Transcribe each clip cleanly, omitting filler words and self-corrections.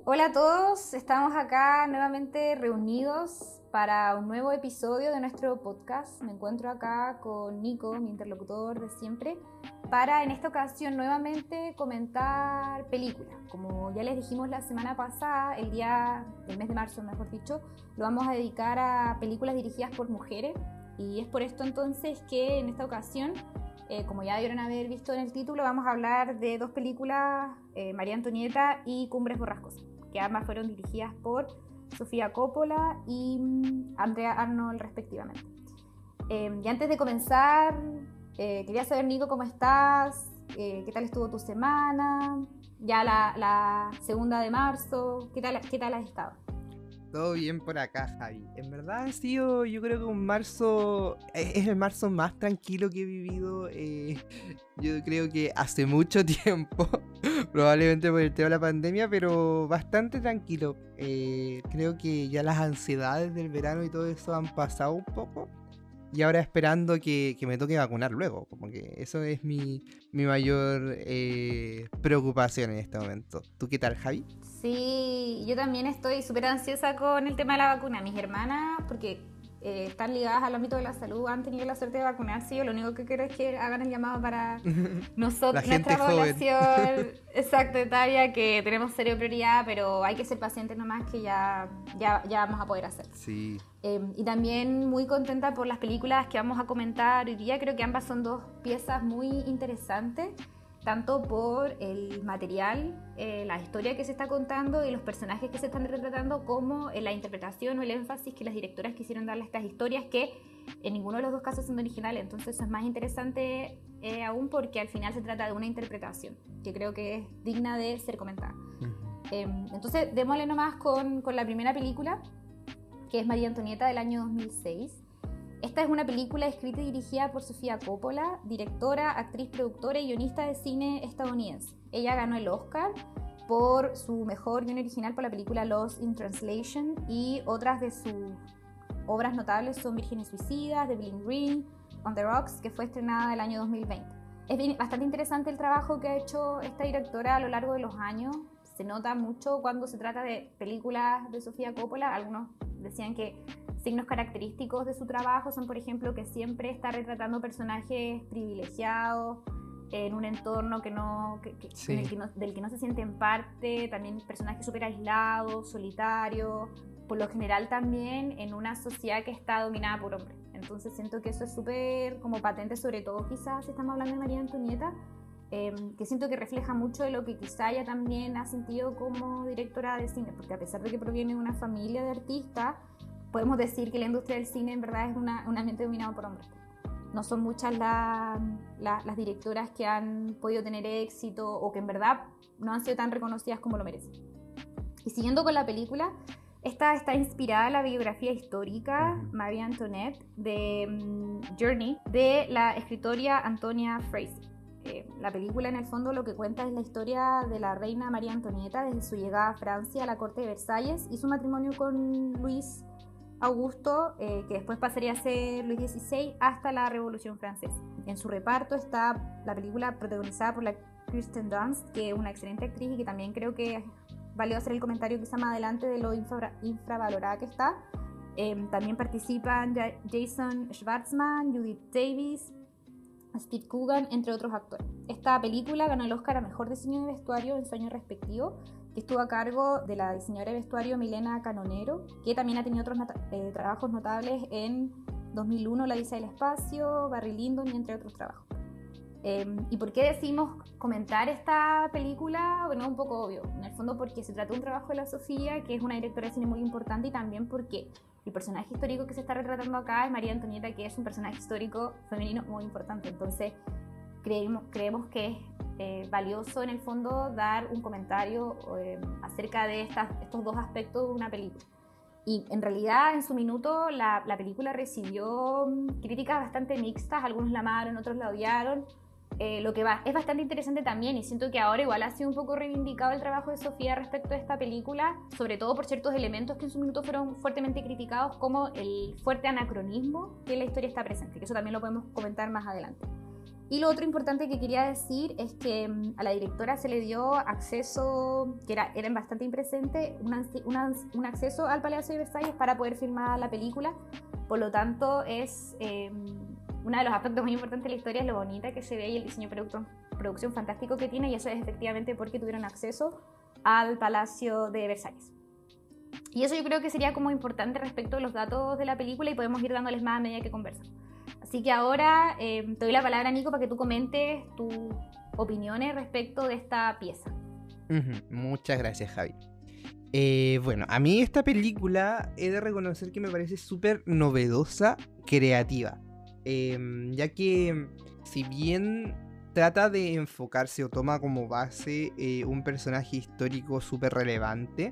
Hola a todos, estamos acá nuevamente reunidos para un nuevo episodio de nuestro podcast. Me encuentro acá con Nico, mi interlocutor de siempre, para en esta ocasión nuevamente comentar películas. Como ya les dijimos la semana pasada, el mes de marzo, mejor dicho, lo vamos a dedicar a películas dirigidas por mujeres, y es por esto entonces que en esta ocasión, como ya debieron haber visto en el título, vamos a hablar de dos películas, María Antonieta y Cumbres Borrascosas, que ambas fueron dirigidas por Sofía Coppola y Andrea Arnold respectivamente. Y antes de comenzar, quería saber, Nico, ¿cómo estás? ¿Qué tal estuvo tu semana? Ya la segunda de marzo, ¿qué tal has estado? Todo bien por acá, Javi. En verdad ha sido, yo creo que un marzo, es el marzo más tranquilo que he vivido, yo creo que hace mucho tiempo, probablemente por el tema de la pandemia, pero bastante tranquilo. Creo que ya las ansiedades del verano y todo eso han pasado un poco, y ahora esperando que me toque vacunar luego, como que eso es mi mayor preocupación en este momento. ¿Tú qué tal, Javi? Sí, yo también estoy súper ansiosa con el tema de la vacuna. Mis hermanas, porque están ligadas al ámbito de la salud, han tenido la suerte de vacunarse. Yo lo único que quiero es que hagan el llamado para La nosotros, gente nuestra joven. población exacta, etaria, que tenemos serio prioridad, pero hay que ser pacientes nomás, que ya vamos a poder hacer. Sí. Y también muy contenta por las películas que vamos a comentar hoy día. Creo que ambas son dos piezas muy interesantes, tanto por el material, la historia que se está contando y los personajes que se están retratando, como la interpretación o el énfasis que las directoras quisieron darle a estas historias, que en ninguno de los dos casos son originales. Entonces eso es más interesante aún, porque al final se trata de una interpretación que creo que es digna de ser comentada. Entonces démosle nomás con la primera película, que es María Antonieta, del año 2006. Esta es una película escrita y dirigida por Sofía Coppola, directora, actriz, productora y guionista de cine estadounidense. Ella ganó el Oscar por su mejor guion original por la película Lost in Translation, y otras de sus obras notables son Vírgenes Suicidas, The Bowling Green, On the Rocks, que fue estrenada el año 2020. Es bastante interesante el trabajo que ha hecho esta directora a lo largo de los años. Se nota mucho cuando se trata de películas de Sofía Coppola. Algunos decían que signos característicos de su trabajo son, por ejemplo, que siempre está retratando personajes privilegiados en un entorno Sí. del que no se sienten parte, también personajes súper aislados, solitarios, por lo general también en una sociedad que está dominada por hombres. Entonces siento que eso es súper como patente, sobre todo quizás si estamos hablando de María Antonieta, que siento que refleja mucho de lo que quizá ella también ha sentido como directora de cine, porque a pesar de que proviene de una familia de artistas, podemos decir que la industria del cine en verdad es un ambiente dominado por hombres. No son muchas las directoras que han podido tener éxito o que en verdad no han sido tan reconocidas como lo merecen. Y siguiendo con la película, esta está inspirada en la biografía histórica Marie Antoinette de Journey, de la escritora Antonia Fraser. La película en el fondo lo que cuenta es la historia de la reina María Antonieta desde su llegada a Francia a la corte de Versalles y su matrimonio con Luis Augusto, que después pasaría a ser Luis XVI, hasta la Revolución Francesa. En su reparto está la película protagonizada por la Kirsten Dunst, que es una excelente actriz y que también creo que valió hacer el comentario quizá más adelante de lo infravalorada que está. También participan Jason Schwartzman, Judith Davis, Steve Coogan, entre otros actores. Esta película ganó el Oscar a Mejor Diseño de Vestuario en su año respectivo, que estuvo a cargo de la diseñadora de vestuario Milena Canonero, que también ha tenido otros trabajos notables en 2001, La Odisea del Espacio, Barry Lyndon y entre otros trabajos. ¿Y por qué decidimos comentar esta película? Bueno, un poco obvio, en el fondo porque se trata de un trabajo de la Sofía, que es una directora de cine muy importante, y también porque el personaje histórico que se está retratando acá es María Antonieta, que es un personaje histórico femenino muy importante. Entonces creemos que es valioso en el fondo dar un comentario acerca de estos dos aspectos de una película. Y en realidad en su minuto la película recibió críticas bastante mixtas, algunos la amaron, otros la odiaron. Lo que es bastante interesante también, y siento que ahora igual ha sido un poco reivindicado el trabajo de Sofía respecto a esta película, sobre todo por ciertos elementos que en su minuto fueron fuertemente criticados, como el fuerte anacronismo que en la historia está presente, que eso también lo podemos comentar más adelante. Y lo otro importante que quería decir es que a la directora se le dio acceso, que era bastante impresente, un acceso al Palacio de Versalles para poder filmar la película. Por lo tanto, es uno de los aspectos muy importantes de la historia, es lo bonita que se ve y el diseño de producción fantástico que tiene, y eso es efectivamente porque tuvieron acceso al Palacio de Versalles. Y eso yo creo que sería como importante respecto a los datos de la película, y podemos ir dándoles más a medida que conversan. Así que ahora te doy la palabra, Nico, para que tú comentes tus opiniones respecto de esta pieza. Muchas gracias, Javi. Bueno, a mí esta película he de reconocer que me parece súper novedosa, creativa. Ya que si bien trata de enfocarse o toma como base un personaje histórico súper relevante,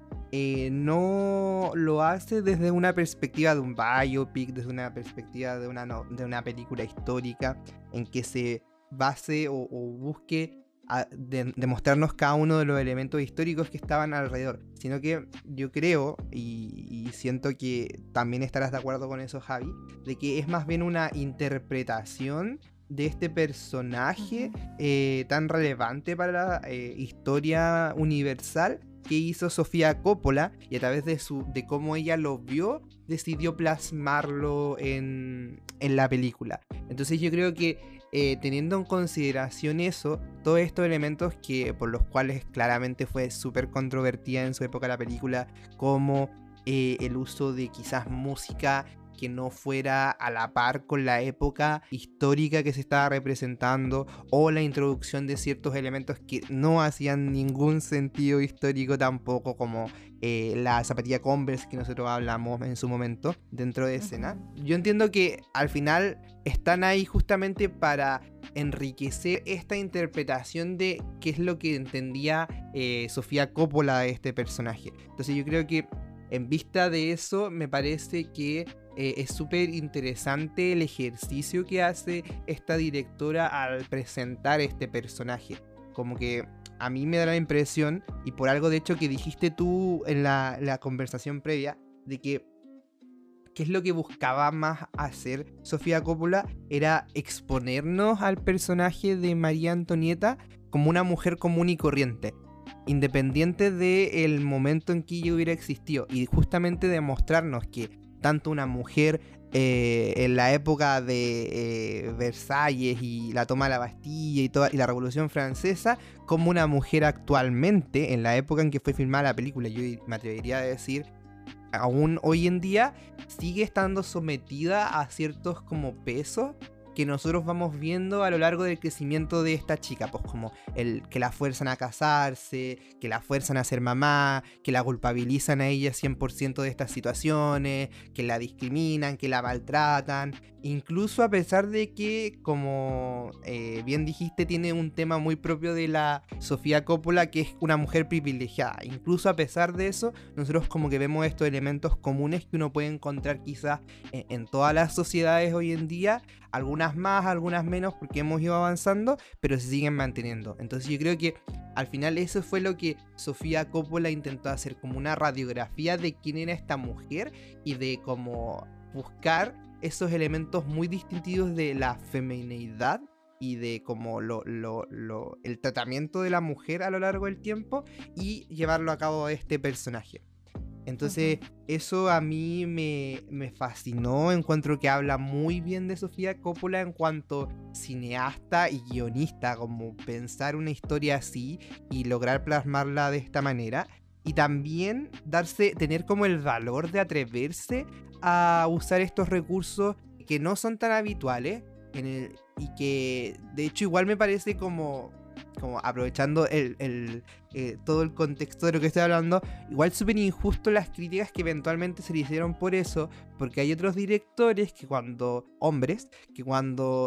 no lo hace desde una perspectiva de un biopic, desde una perspectiva de una película histórica en que se base o busque demostrarnos cada uno de los elementos históricos que estaban alrededor, sino que yo creo, y siento que también estarás de acuerdo con eso, Javi, de que es más bien una interpretación de este personaje tan relevante para la historia universal que hizo Sofía Coppola, y a través de cómo ella lo vio, decidió plasmarlo en la película. Entonces yo creo que teniendo en consideración eso, todos estos elementos por los cuales claramente fue súper controvertida en su época la película, como el uso de quizás música que no fuera a la par con la época histórica que se estaba representando, o la introducción de ciertos elementos que no hacían ningún sentido histórico tampoco, como la zapatilla Converse que nosotros hablamos en su momento dentro de escena. Yo entiendo que al final están ahí justamente para enriquecer esta interpretación de qué es lo que entendía Sofía Coppola de este personaje. Entonces yo creo que en vista de eso me parece que es súper interesante el ejercicio que hace esta directora al presentar este personaje. Como que a mí me da la impresión, y por algo de hecho que dijiste tú en la conversación previa, de que qué es lo que buscaba más hacer Sofía Coppola, era exponernos al personaje de María Antonieta como una mujer común y corriente, independiente del momento en que ella hubiera existido, y justamente demostrarnos que tanto una mujer en la época de Versalles y la toma de la Bastilla y la Revolución Francesa, como una mujer actualmente, en la época en que fue filmada la película, yo me atrevería a decir, aún hoy en día, sigue estando sometida a ciertos como pesos que nosotros vamos viendo a lo largo del crecimiento de esta chica, pues como que la fuerzan a casarse, que la fuerzan a ser mamá, que la culpabilizan a ella 100% de estas situaciones, que la discriminan, que la maltratan, incluso a pesar de que, como bien dijiste, tiene un tema muy propio de la Sofía Coppola, que es una mujer privilegiada. Incluso a pesar de eso, nosotros como que vemos estos elementos comunes que uno puede encontrar quizás en todas las sociedades hoy en día, algunas más, algunas menos, porque hemos ido avanzando, pero se siguen manteniendo. Entonces yo creo que al final eso fue lo que Sofía Coppola intentó hacer, como una radiografía de quién era esta mujer y de cómo buscar esos elementos muy distintivos de la femineidad y de como el tratamiento de la mujer a lo largo del tiempo, y llevarlo a cabo a este personaje. Entonces eso a mí me fascinó. Encuentro que habla muy bien de Sofía Coppola en cuanto cineasta y guionista, como pensar una historia así y lograr plasmarla de esta manera, y también tener como el valor de atreverse a usar estos recursos que no son tan habituales y que de hecho igual me parece como aprovechando todo el contexto de lo que estoy hablando, igual súper injusto las críticas que eventualmente se le hicieron por eso, porque hay otros directores hombres que cuando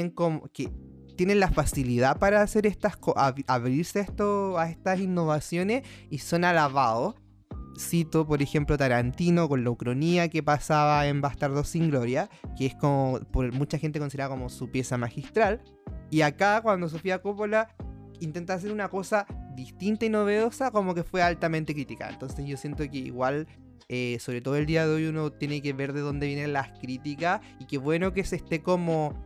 tienen la facilidad para hacer abrirse a estas innovaciones y son alabados. Cito, por ejemplo, Tarantino con la ucronía que pasaba en Bastardos sin Gloria, que es como por mucha gente considerada como su pieza magistral. Y acá, cuando Sofía Coppola intenta hacer una cosa distinta y novedosa, como que fue altamente criticada. Entonces yo siento que igual sobre todo el día de hoy uno tiene que ver de dónde vienen las críticas, y qué bueno que se esté como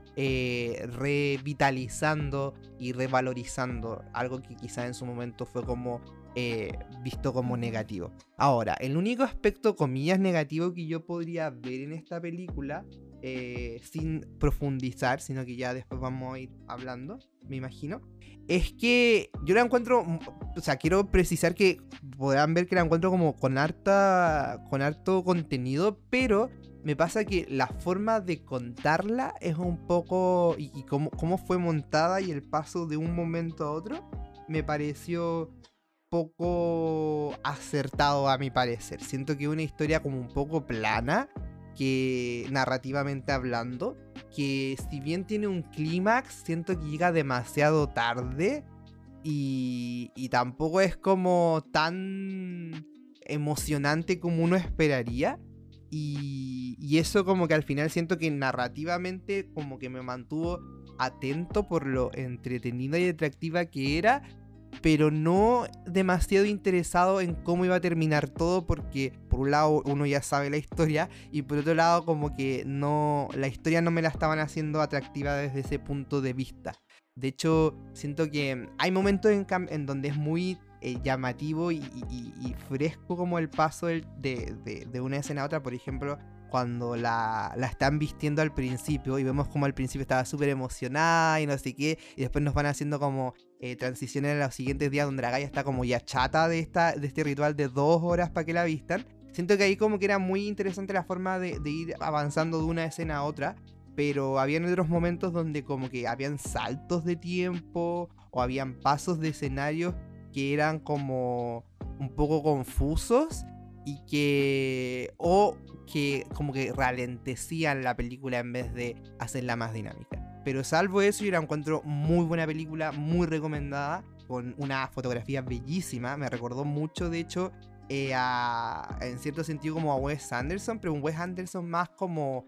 revitalizando y revalorizando algo que quizá en su momento fue como visto como negativo. Ahora, el único aspecto, comillas, negativo que yo podría ver en esta película, sin profundizar, sino que ya después vamos a ir hablando, me imagino, es que yo la encuentro, o sea, quiero precisar que podrán ver que la encuentro como con harto contenido, pero me pasa que la forma de contarla es un poco, y cómo fue montada y el paso de un momento a otro, me pareció poco acertado a mi parecer. Siento que es una historia como un poco plana, que narrativamente hablando, que si bien tiene un clímax, siento que llega demasiado tarde y tampoco es como tan emocionante como uno esperaría. Y eso como que al final siento que narrativamente como que me mantuvo atento por lo entretenida y atractiva que era, pero no demasiado interesado en cómo iba a terminar todo, porque por un lado uno ya sabe la historia y por otro lado como que no, la historia no me la estaban haciendo atractiva desde ese punto de vista. De hecho, siento que hay momentos en donde es muy llamativo y fresco como el paso de una escena a otra. Por ejemplo, cuando la están vistiendo al principio y vemos como al principio estaba súper emocionada y no sé qué, y después nos van haciendo como transiciones en los siguientes días donde la galla está como ya chata de este ritual de 2 horas para que la vistan. Siento que ahí como que era muy interesante la forma de ir avanzando de una escena a otra, pero habían otros momentos donde como que habían saltos de tiempo o habían pasos de escenarios que eran como un poco confusos y que como que ralentecían la película en vez de hacerla más dinámica. Pero salvo eso, yo la encuentro muy buena película, muy recomendada, con una fotografía bellísima. Me recordó mucho, de hecho, en cierto sentido como a Wes Anderson, pero un Wes Anderson más como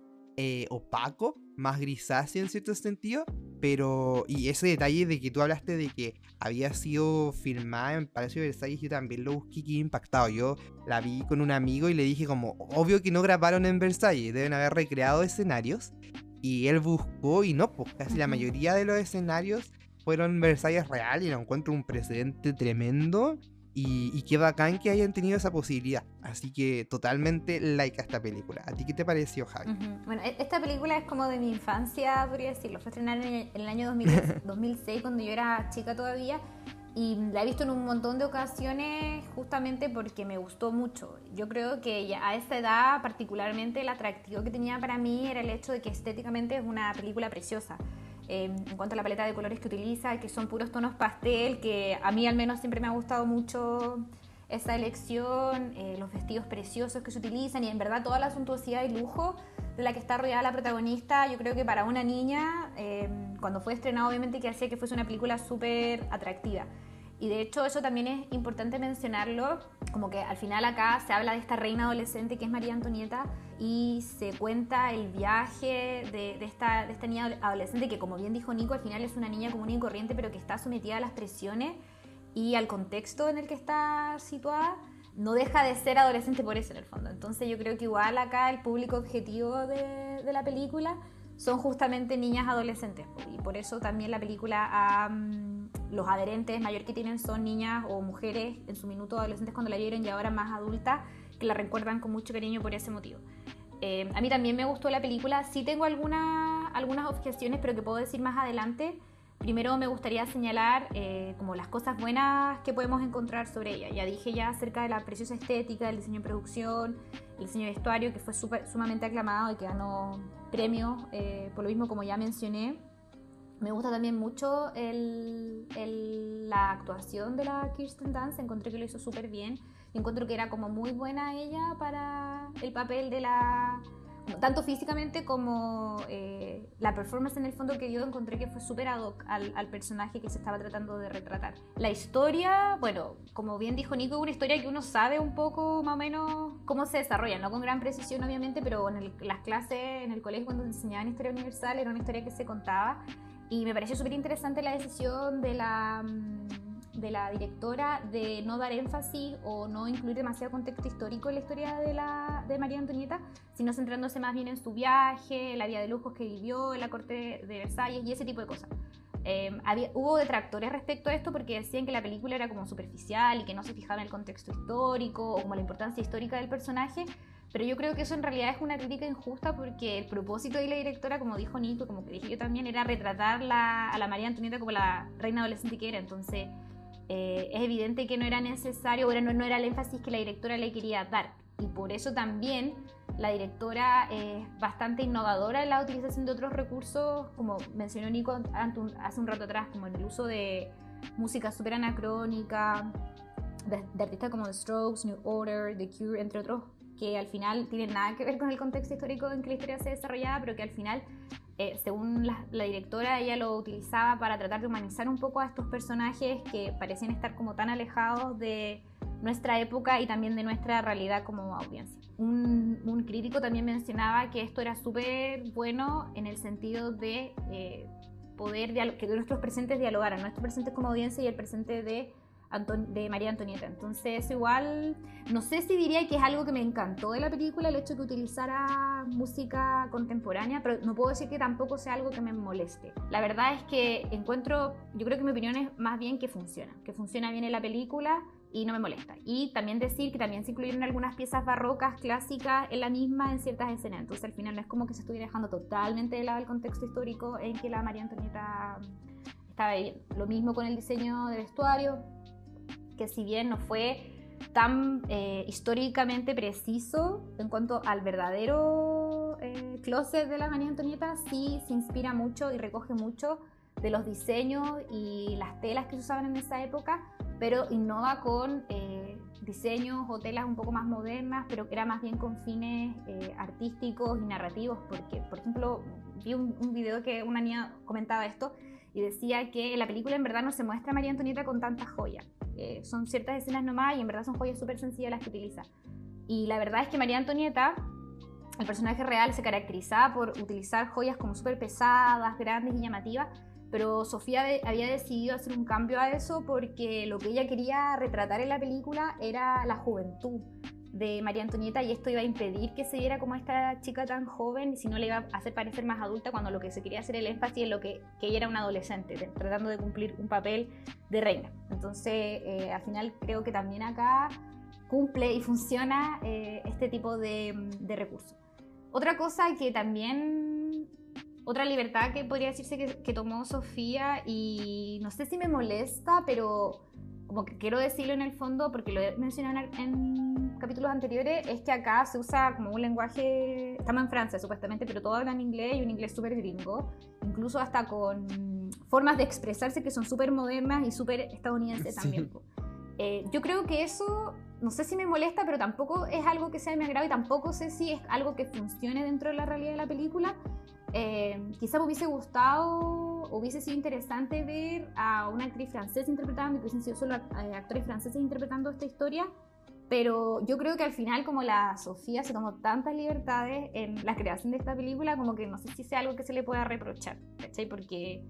opaco, más grisáceo en cierto sentido. Pero, y ese detalle de que tú hablaste de que había sido filmada en Palacio de Versalles, yo también lo busqué, que impactado. Yo la vi con un amigo y le dije como, obvio que no grabaron en Versalles, deben haber recreado escenarios. Y él buscó y no, pues casi la mayoría de los escenarios fueron Versalles real, y lo encuentro un precedente tremendo. Y qué bacán que hayan tenido esa posibilidad. Así que totalmente like a esta película. ¿A ti qué te pareció, Javi? Bueno, esta película es como de mi infancia, podría decirlo. Fue estrenada en el año 2006, cuando yo era chica todavía. Y la he visto en un montón de ocasiones justamente porque me gustó mucho. Yo creo que ya a esa edad particularmente el atractivo que tenía para mí era el hecho de que estéticamente es una película preciosa. En cuanto a la paleta de colores que utiliza, que son puros tonos pastel, que a mí al menos siempre me ha gustado mucho esa elección, los vestidos preciosos que se utilizan y en verdad toda la suntuosidad y lujo de la que está rodeada la protagonista. Yo creo que para una niña, cuando fue estrenada, obviamente que hacía que fuese una película súper atractiva. Y de hecho eso también es importante mencionarlo, como que al final acá se habla de esta reina adolescente que es María Antonieta y se cuenta el viaje de esta niña adolescente que, como bien dijo Nico, al final es una niña común y corriente, pero que está sometida a las presiones y al contexto en el que está situada. No deja de ser adolescente por eso en el fondo. Entonces yo creo que igual acá el público objetivo de la película son justamente niñas adolescentes, y por eso también la película, los adherentes mayor que tienen son niñas o mujeres en su minuto adolescentes cuando la vieron y ahora más adultas, que la recuerdan con mucho cariño por ese motivo. A mí también me gustó la película, sí tengo algunas objeciones, pero que puedo decir más adelante. Primero me gustaría señalar como las cosas buenas que podemos encontrar sobre ella. Ya dije ya acerca de la preciosa estética, el diseño de producción, el diseño de vestuario, que fue sumamente aclamado y que ganó premios, por lo mismo como ya mencioné. Me gusta también mucho la actuación de la Kirsten Dunst, encontré que lo hizo súper bien. Encuentro que era como muy buena ella para el papel de tanto físicamente como la performance en el fondo que dio. Encontré que fue súper ad hoc al personaje que se estaba tratando de retratar. La historia, bueno, como bien dijo Nico, es una historia que uno sabe un poco más o menos cómo se desarrolla, no con gran precisión obviamente, pero en las clases, en el colegio cuando enseñaban historia universal, era una historia que se contaba y me pareció súper interesante la decisión de la de la directora de no dar énfasis o no incluir demasiado contexto histórico en la historia de María Antonieta, sino centrándose más bien en su viaje, la vida de lujos que vivió en la corte de Versalles y ese tipo de cosas. Hubo detractores respecto a esto porque decían que la película era como superficial y que no se fijaba en el contexto histórico o como la importancia histórica del personaje, pero yo creo que eso en realidad es una crítica injusta porque el propósito de la directora, como dijo Nico, como que dije yo también, era retratar a la María Antonieta como la reina adolescente que era. Entonces es evidente que no era necesario, no era el énfasis que la directora le quería dar, y por eso también la directora es bastante innovadora en la utilización de otros recursos, como mencionó Nico hace un rato atrás, como en el uso de música súper anacrónica, de artistas como The Strokes, New Order, The Cure, entre otros, que al final tienen nada que ver con el contexto histórico en que la historia se desarrollaba, pero que al final, según la directora, ella lo utilizaba para tratar de humanizar un poco a estos personajes que parecían estar como tan alejados de nuestra época y también de nuestra realidad como audiencia. Un crítico también mencionaba que esto era súper bueno en el sentido de que nuestros presentes dialogaran, nuestros presentes como audiencia y el presente de María Antonieta. Entonces igual, no sé si diría que es algo que me encantó de la película, el hecho de que utilizara música contemporánea, pero no puedo decir que tampoco sea algo que me moleste. La verdad es que yo creo que mi opinión es más bien que funciona bien en la película y no me molesta. Y también decir que también se incluyeron algunas piezas barrocas, clásicas en la misma en ciertas escenas, entonces al final no es como que se estuviera dejando totalmente de lado el contexto histórico en que la María Antonieta estaba viviendo. Lo mismo con el diseño de vestuario, que si bien no fue tan históricamente preciso en cuanto al verdadero closet de la María Antonieta, sí se inspira mucho y recoge mucho de los diseños y las telas que se usaban en esa época, pero innova con diseños o telas un poco más modernas, pero que era más bien con fines artísticos y narrativos, porque, por ejemplo, vi un video que una niña comentaba esto y decía que en la película en verdad no se muestra a María Antonieta con tantas joyas. Son ciertas escenas nomás y en verdad son joyas súper sencillas las que utiliza. Y la verdad es que María Antonieta, el personaje real, se caracterizaba por utilizar joyas como súper pesadas, grandes y llamativas, pero Sofía había decidido hacer un cambio a eso porque lo que ella quería retratar en la película era la juventud de María Antonieta, y esto iba a impedir que se viera como esta chica tan joven, y si no le iba a hacer parecer más adulta, cuando lo que se quería hacer el énfasis en lo que ella era una adolescente, tratando de cumplir un papel de reina. Entonces al final creo que también acá cumple y funciona este tipo de recursos. Otra cosa que también, otra libertad que podría decirse que tomó Sofía, y no sé si me molesta, pero como que quiero decirlo en el fondo porque lo he mencionado en capítulos anteriores, es que acá se usa como un lenguaje, estamos en Francia supuestamente, pero todos hablan inglés, y un inglés súper gringo, incluso hasta con formas de expresarse que son súper modernas y súper estadounidenses también. Yo creo que eso, no sé si me molesta, pero tampoco es algo que sea de mi agrado, y tampoco sé si es algo que funcione dentro de la realidad de la película. Quizá me hubiese gustado, hubiese sido interesante ver a una actriz francesa interpretando, y que hubiesen sido solo actores franceses interpretando esta historia, pero yo creo que al final, como la Sofía se tomó tantas libertades en la creación de esta película, como que no sé si sea algo que se le pueda reprochar, ¿cachai? Porque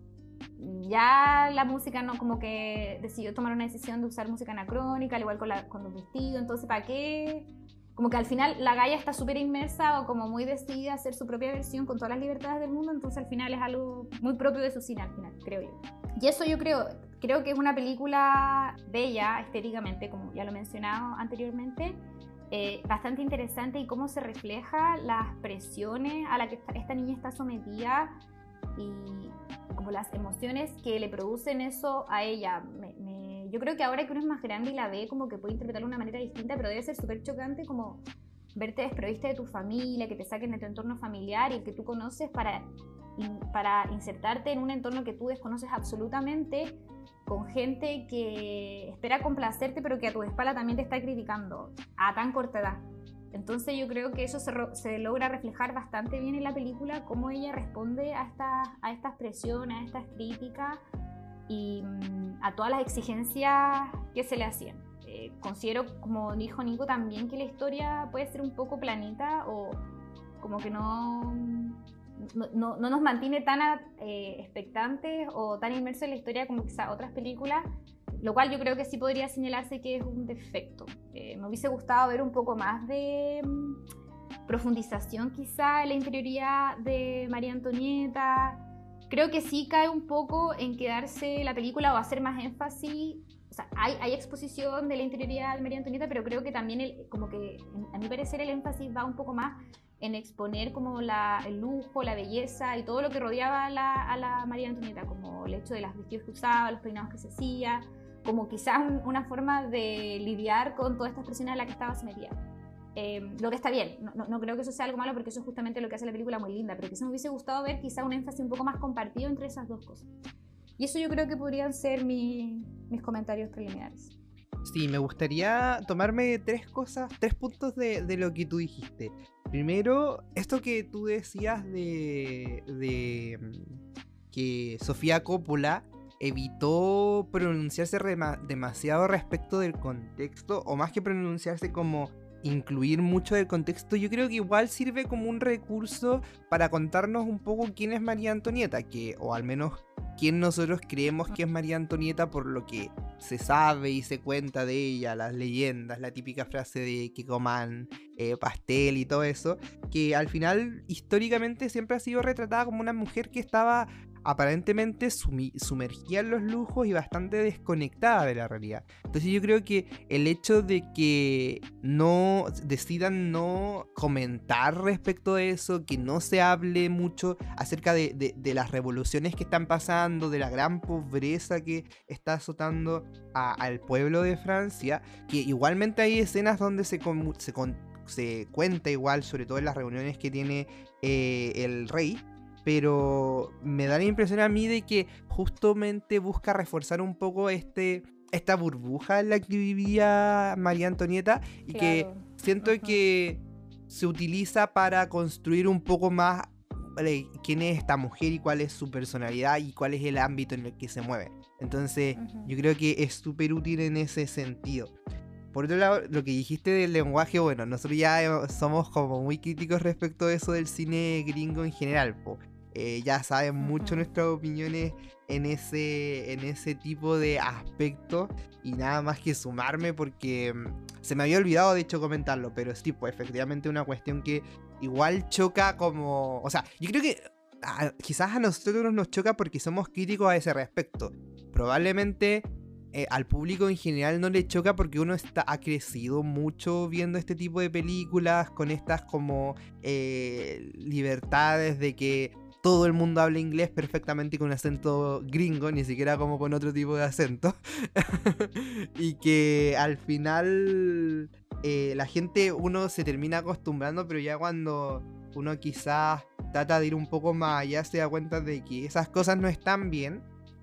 ya la música no, como que decidió tomar una decisión de usar música anacrónica, al igual con los vestidos, entonces ¿para qué? Como que al final la Gaia está súper inmersa o como muy decidida a hacer su propia versión con todas las libertades del mundo, entonces al final es algo muy propio de su cine al final, creo yo. Y eso yo creo que es una película bella estéticamente, como ya lo he mencionado anteriormente, bastante interesante, y cómo se refleja las presiones a las que esta niña está sometida y como las emociones que le producen eso a ella. Yo creo que ahora que uno es más grande y la ve, como que puede interpretarlo de una manera distinta, pero debe ser súper chocante como verte desprovista de tu familia, que te saquen de tu entorno familiar y el que tú conoces para insertarte en un entorno que tú desconoces absolutamente, con gente que espera complacerte pero que a tu espalda también te está criticando a tan corta edad. Entonces yo creo que eso se logra reflejar bastante bien en la película, cómo ella responde a estas presiones, a estas críticas y a todas las exigencias que se le hacían. Considero, como dijo Nico también, que la historia puede ser un poco planita, o como que no nos mantiene tan expectantes o tan inmersos en la historia como quizás otras películas lo cual yo creo que sí podría señalarse que es un defecto. Me hubiese gustado ver un poco más de profundización quizá en la interioridad de María Antonieta. Creo que sí cae un poco en quedarse la película o hacer más énfasis. O sea, hay exposición de la interioridad de María Antonieta, pero creo que también, como que a mi parecer, el énfasis va un poco más en exponer como el lujo, la belleza y todo lo que rodeaba a la María Antonieta, como el hecho de los vestidos que usaba, los peinados que se hacía, como quizás una forma de lidiar con todas estas presiones a las que estaba sometida. Lo que está bien, no creo que eso sea algo malo, porque eso es justamente lo que hace la película muy linda, pero quizás me hubiese gustado ver quizás un énfasis un poco más compartido entre esas dos cosas. Y eso yo creo que podrían ser mis comentarios preliminares. Sí, me gustaría tomarme tres puntos de lo que tú dijiste. Primero, esto que tú decías de que Sofía Coppola evitó pronunciarse demasiado respecto del contexto, o más que pronunciarse, como incluir mucho del contexto. Yo creo que igual sirve como un recurso para contarnos un poco quién es María Antonieta, o al menos quién nosotros creemos que es María Antonieta por lo que se sabe y se cuenta de ella, las leyendas, la típica frase de que coman pastel y todo eso, que al final históricamente siempre ha sido retratada como una mujer que estaba aparentemente sumergida en los lujos y bastante desconectada de la realidad. Entonces yo creo que el hecho de que no decidan no comentar respecto de eso, que no se hable mucho acerca de las revoluciones que están pasando, de la gran pobreza que está azotando al pueblo de Francia, que igualmente hay escenas donde se cuenta igual, sobre todo en las reuniones que tiene el rey, pero me da la impresión a mí de que justamente busca reforzar un poco esta burbuja en la que vivía María Antonieta, y claro, que siento que se utiliza para construir un poco más quién es esta mujer y cuál es su personalidad y cuál es el ámbito en el que se mueve. Entonces yo creo que es súper útil en ese sentido. Por otro lado, lo que dijiste del lenguaje, bueno, nosotros ya somos como muy críticos respecto a eso del cine gringo en general, ya saben mucho nuestras opiniones en ese tipo de aspectos, y nada más que sumarme porque se me había olvidado de hecho comentarlo, pero sí, pues efectivamente una cuestión que igual choca como... O sea, yo creo que quizás a nosotros nos choca porque somos críticos a ese respecto. Probablemente al público en general no le choca porque uno ha crecido mucho viendo este tipo de películas, con estas como libertades de que todo el mundo habla inglés perfectamente con un acento gringo, ni siquiera como con otro tipo de acento. Y que al final la gente, uno se termina acostumbrando, pero ya cuando uno quizás trata de ir un poco más allá se da cuenta de que esas cosas no están bien.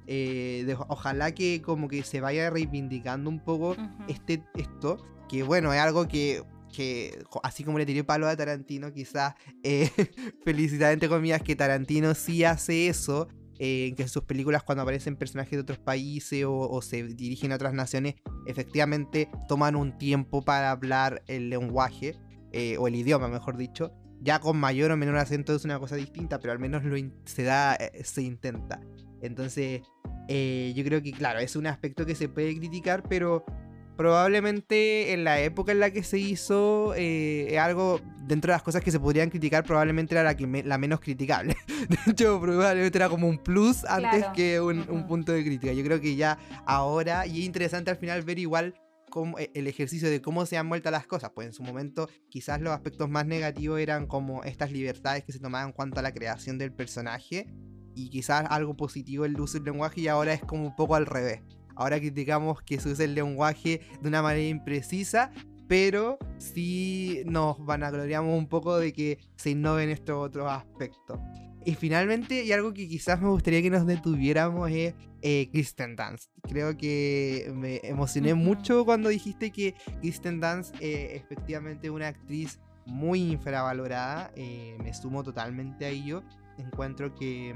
Ojalá que como que se vaya reivindicando un poco esto, que bueno, es algo que así como le tiré palo a Tarantino, quizás felicitar entre comillas que Tarantino sí hace eso, en que en sus películas, cuando aparecen personajes de otros países o se dirigen a otras naciones, efectivamente toman un tiempo para hablar el lenguaje, o el idioma mejor dicho. Ya con mayor o menor acento es una cosa distinta, pero al menos se intenta. Entonces yo creo que claro, es un aspecto que se puede criticar, pero probablemente en la época en la que se hizo, algo dentro de las cosas que se podrían criticar, probablemente era la menos criticable. De hecho, probablemente era como un plus antes que un punto de crítica. Yo creo que ya ahora, y es interesante al final ver igual como el ejercicio de cómo se han vuelto las cosas. Pues en su momento quizás los aspectos más negativos eran como estas libertades que se tomaban en cuanto a la creación del personaje, y quizás algo positivo el uso del lenguaje, y ahora es como un poco al revés. Ahora criticamos que se usa el lenguaje de una manera imprecisa, pero sí nos vanagloriamos un poco de que se innoven estos otros aspectos. Y finalmente, y algo que quizás me gustaría que nos detuviéramos, es Kirsten Dunst. Creo que me emocioné mucho cuando dijiste que Kirsten Dunst efectivamente es una actriz muy infravalorada. Me sumo totalmente a ello. Encuentro que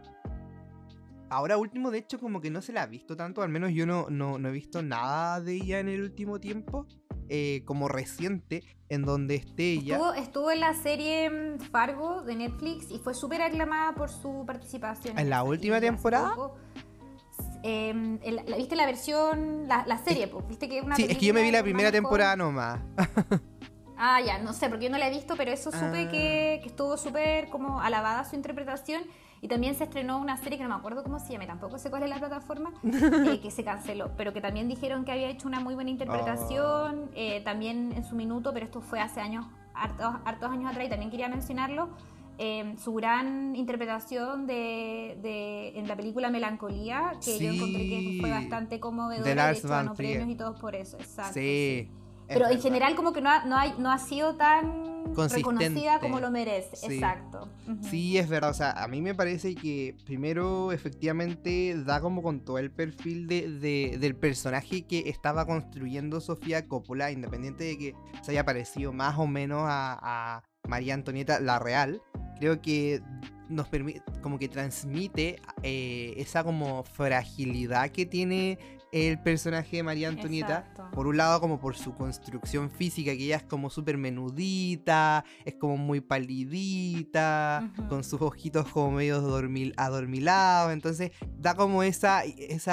ahora último, de hecho, como que no se la ha visto tanto. Al menos yo no he visto nada de ella en el último tiempo, como reciente, en donde esté ella. Estuvo en la serie Fargo de Netflix y fue súper aclamada por su participación. ¿En la última temporada? ¿Viste la versión, la serie? Pues, ¿viste que es una Sí, es que yo me vi la primera hermanos temporada nomás. Ah, ya, no sé, porque yo no la he visto, pero eso supe que estuvo súper como alabada su interpretación. Y también se estrenó una serie que no me acuerdo cómo se llama, tampoco sé cuál es la plataforma, que se canceló, pero que también dijeron que había hecho una muy buena interpretación, también en su minuto, pero esto fue hace años, hartos años atrás, y también quería mencionarlo, su gran interpretación en la película Melancolía, que yo encontré que fue bastante conmovedora, de hecho ganó premios y todo por eso, exacto. Sí. Pero en general como que no ha sido tan reconocida como lo merece. Sí. Exacto. Sí, es verdad. O sea, a mí me parece que primero efectivamente da como con todo el perfil del personaje que estaba construyendo Sofía Coppola, independiente de que se haya parecido más o menos a María Antonieta la real. Creo que nos permite, como que transmite esa como fragilidad que tiene el personaje de María Antonieta. Exacto. Por un lado como por su construcción física, que ella es como súper menudita, es como muy palidita, con sus ojitos como medio adormilados, entonces da como esa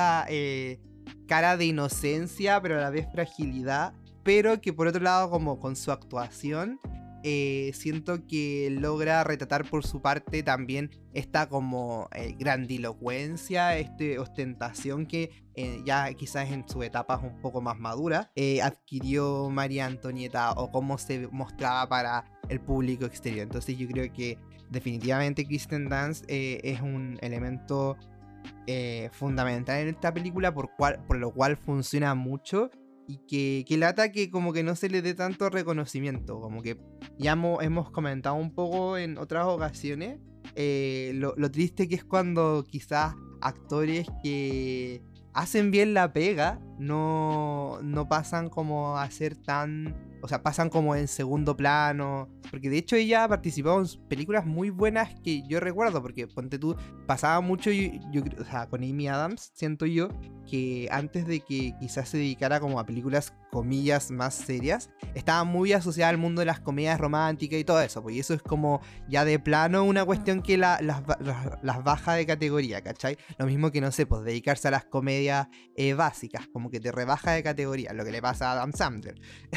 cara de inocencia, pero a la vez fragilidad, pero que por otro lado como con su actuación siento que logra retratar por su parte también esta como grandilocuencia, ostentación que ya quizás en su etapa un poco más madura adquirió María Antonieta, o cómo se mostraba para el público exterior. Entonces yo creo que definitivamente Kirsten Dunst es un elemento fundamental en esta película, por lo cual funciona mucho. Y que lata que como que no se le dé tanto reconocimiento. Como que ya hemos comentado un poco en otras ocasiones lo triste que es cuando quizás actores que hacen bien la pega no pasan como a ser tan... O sea, pasan como en segundo plano. Porque de hecho ella ha participado en películas muy buenas que yo recuerdo. Porque ponte tú, pasaba mucho o sea, con Amy Adams, siento yo, que antes de que quizás se dedicara como a películas, comillas, más serias, estaba muy asociada al mundo de las comedias románticas y todo eso. Pues y eso es como ya de plano una cuestión que las baja de categoría, ¿cachai? Lo mismo que, no sé, pues dedicarse a las comedias básicas, como que te rebaja de categoría, lo que le pasa a Adam Sandler.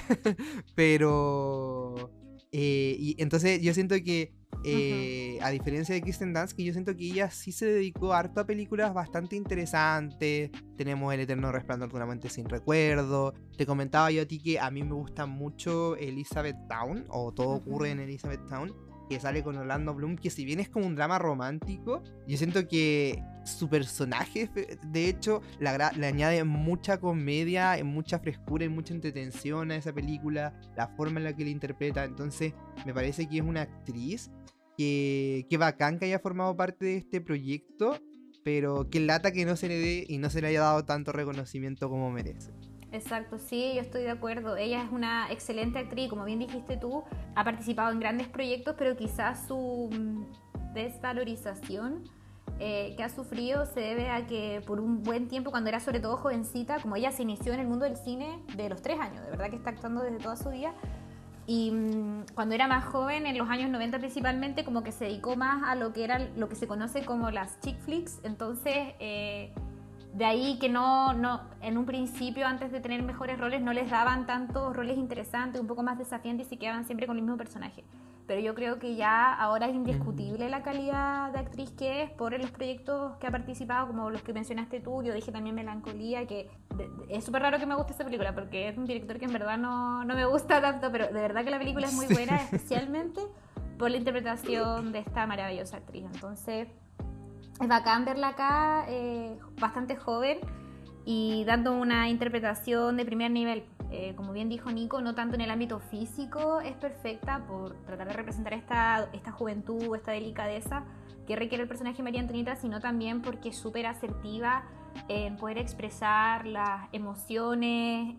Pero... y entonces yo siento que a diferencia de Kirsten Dunst, que yo siento que ella sí se dedicó harto a películas bastante interesantes. Tenemos El eterno resplandor de una mente sin recuerdo. Te comentaba yo a ti que a mí me gusta mucho Elizabethtown, o Todo ocurre en Elizabethtown, que sale con Orlando Bloom, que si bien es como un drama romántico, yo siento que su personaje, de hecho, le añade mucha comedia, mucha frescura y mucha entretención a esa película, la forma en la que la interpreta. Entonces me parece que es una actriz que bacán que haya formado parte de este proyecto, pero que lata que no se le dé y no se le haya dado tanto reconocimiento como merece. Exacto, sí, yo estoy de acuerdo. Ella es una excelente actriz, como bien dijiste tú, ha participado en grandes proyectos, pero quizás su desvalorización que ha sufrido se debe a que por un buen tiempo, cuando era sobre todo jovencita, como ella se inició en el mundo del cine de los 3 años, de verdad que está actuando desde toda su vida, y cuando era más joven, en los años 90 principalmente, como que se dedicó más a lo que era lo que se conoce como las chick flicks, entonces... de ahí que no, en un principio, antes de tener mejores roles, no les daban tantos roles interesantes, un poco más desafiantes, y se quedaban siempre con el mismo personaje. Pero yo creo que ya ahora es indiscutible la calidad de actriz que es por los proyectos que ha participado, como los que mencionaste tú. Yo dije también Melancolía, que es súper raro que me guste esa película, porque es un director que en verdad no me gusta tanto, pero de verdad que la película es muy buena, especialmente por la interpretación de esta maravillosa actriz. Entonces... es bacán verla acá, bastante joven y dando una interpretación de primer nivel. Como bien dijo Nico, no tanto en el ámbito físico, es perfecta por tratar de representar esta juventud, esta delicadeza que requiere el personaje de María Antonieta, sino también porque es súper asertiva en poder expresar las emociones,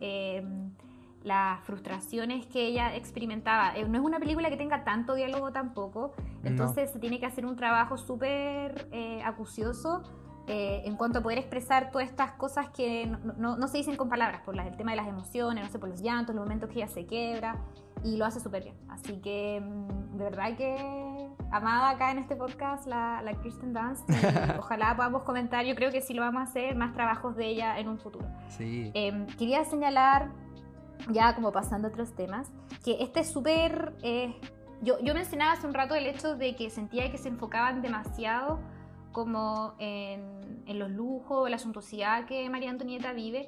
las frustraciones que ella experimentaba. No es una película que tenga tanto diálogo tampoco, entonces se tiene que hacer un trabajo súper acucioso en cuanto a poder expresar todas estas cosas que no se dicen con palabras, por el tema de las emociones, no sé, por los llantos, los momentos que ella se quiebra, y lo hace súper bien. Así que de verdad que amada acá en este podcast, la Kirsten Dunst, y ojalá podamos comentar, yo creo que sí lo vamos a hacer, más trabajos de ella en un futuro. Sí. Quería señalar, ya como pasando a otros temas, que este es súper... yo mencionaba hace un rato el hecho de que sentía que se enfocaban demasiado como en los lujos, la suntuosidad que María Antonieta vive,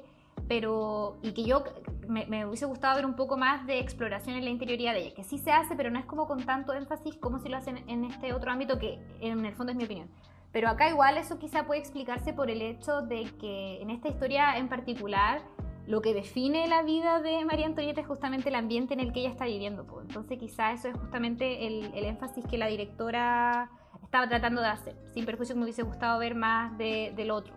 y que yo me hubiese gustado ver un poco más de exploración en la interioridad de ella, que sí se hace, pero no es como con tanto énfasis como si lo hacen en este otro ámbito, que en el fondo es mi opinión. Pero acá igual eso quizá puede explicarse por el hecho de que en esta historia en particular lo que define la vida de María Antonieta es justamente el ambiente en el que ella está viviendo. Entonces quizá eso es justamente el énfasis que la directora estaba tratando de hacer, sin perjuicio que me hubiese gustado ver más del otro.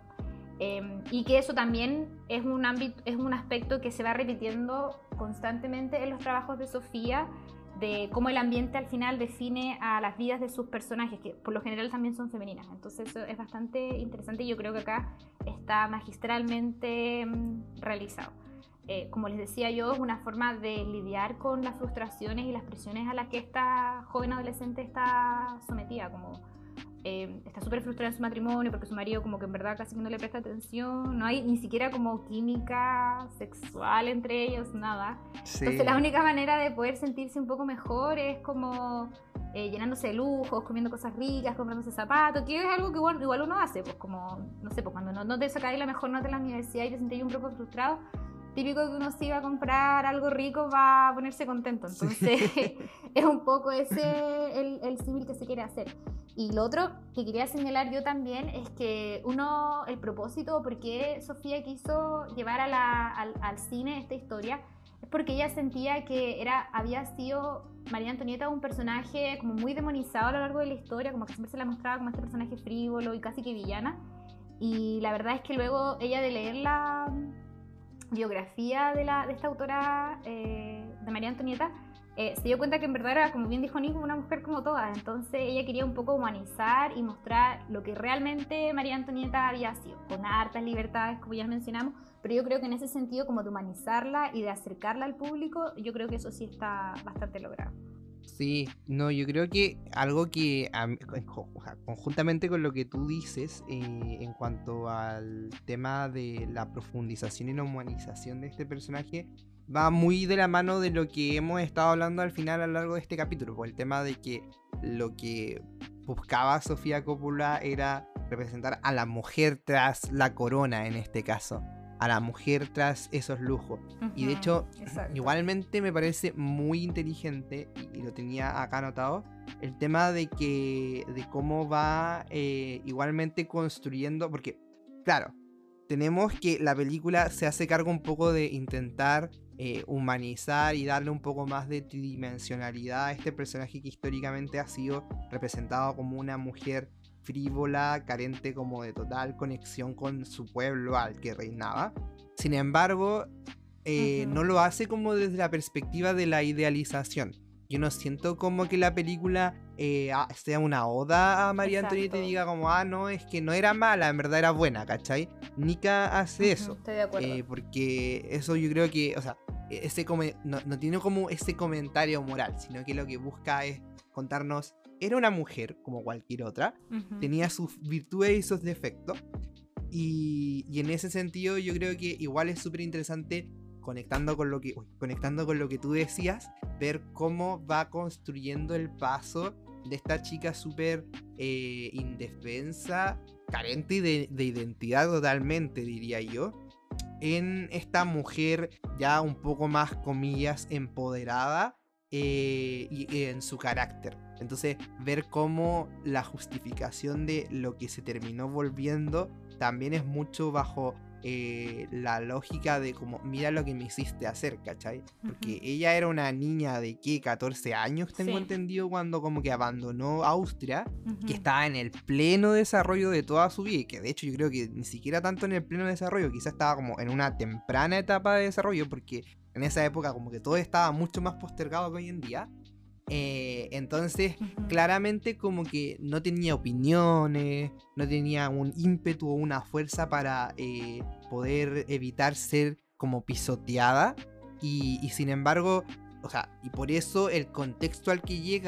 Y que eso también es un aspecto que se va repitiendo constantemente en los trabajos de Sofía, de cómo el ambiente al final define a las vidas de sus personajes, que por lo general también son femeninas. Entonces eso es bastante interesante y yo creo que acá está magistralmente realizado. Como les decía yo, es una forma de lidiar con las frustraciones y las presiones a las que esta joven adolescente está sometida, como está súper frustrada en su matrimonio porque su marido como que en verdad casi que no le presta atención, no hay ni siquiera como química sexual entre ellos, nada. Sí. Entonces la única manera de poder sentirse un poco mejor es como llenándose de lujos, comiendo cosas ricas, comprándose zapatos, que es algo que igual uno hace, pues como, no sé, pues cuando no te sacáis la mejor nota en la universidad y te sentís un poco frustrado, típico que uno si va a comprar algo rico va a ponerse contento. Entonces sí. Es un poco ese el símil que se quiere hacer. Y lo otro que quería señalar yo también es que el propósito por qué Sofía quiso llevar al cine esta historia es porque ella sentía que había sido María Antonieta un personaje como muy demonizado a lo largo de la historia, como que siempre se la mostraba como este personaje frívolo y casi que villana. Y la verdad es que luego ella, de leer la biografía de esta autora, de María Antonieta, se dio cuenta que en verdad era, como bien dijo Nico, una mujer como todas. Entonces ella quería un poco humanizar y mostrar lo que realmente María Antonieta había sido, con hartas libertades, como ya mencionamos, pero yo creo que en ese sentido, como de humanizarla y de acercarla al público, yo creo que eso sí está bastante logrado. Sí, no, yo creo que algo que conjuntamente con lo que tú dices en cuanto al tema de la profundización y la humanización de este personaje, va muy de la mano de lo que hemos estado hablando al final a lo largo de este capítulo, por el tema de que lo que buscaba Sofía Coppola era representar a la mujer tras la corona, en este caso, a la mujer tras esos lujos. Y de hecho, exacto, igualmente me parece muy inteligente, y lo tenía acá anotado, el tema de cómo va igualmente construyendo, porque claro, tenemos que la película se hace cargo un poco de intentar humanizar y darle un poco más de tridimensionalidad a este personaje que históricamente ha sido representado como una mujer frívola, carente como de total conexión con su pueblo al que reinaba. Sin embargo, no lo hace como desde la perspectiva de la idealización. Yo no siento como que la película sea una oda a María Antonieta y diga como, no, es que no era mala, en verdad era buena, ¿cachai? Nika hace eso. Estoy de acuerdo. Porque eso yo creo que, o sea, no tiene como ese comentario moral, sino que lo que busca es contarnos, era una mujer como cualquier otra, tenía sus virtudes y sus defectos, y en ese sentido yo creo que igual es súper interesante, conectando con lo que tú decías, ver cómo va construyendo el paso de esta chica súper indefensa, carente de identidad totalmente, diría yo, en esta mujer ya un poco más, comillas, empoderada y en su carácter. Entonces, ver cómo la justificación de lo que se terminó volviendo también es mucho bajo la lógica de como, mira lo que me hiciste hacer, ¿cachai? Porque ella era una niña de, ¿qué? 14 años, tengo entendido, cuando como que abandonó Austria, que estaba en el pleno desarrollo de toda su vida, y que de hecho yo creo que ni siquiera tanto en el pleno desarrollo, quizás estaba como en una temprana etapa de desarrollo, porque en esa época como que todo estaba mucho más postergado que hoy en día. Entonces claramente como que no tenía opiniones, no tenía un ímpetu o una fuerza para poder evitar ser como pisoteada, y sin embargo, o sea, y por eso el contexto al que llega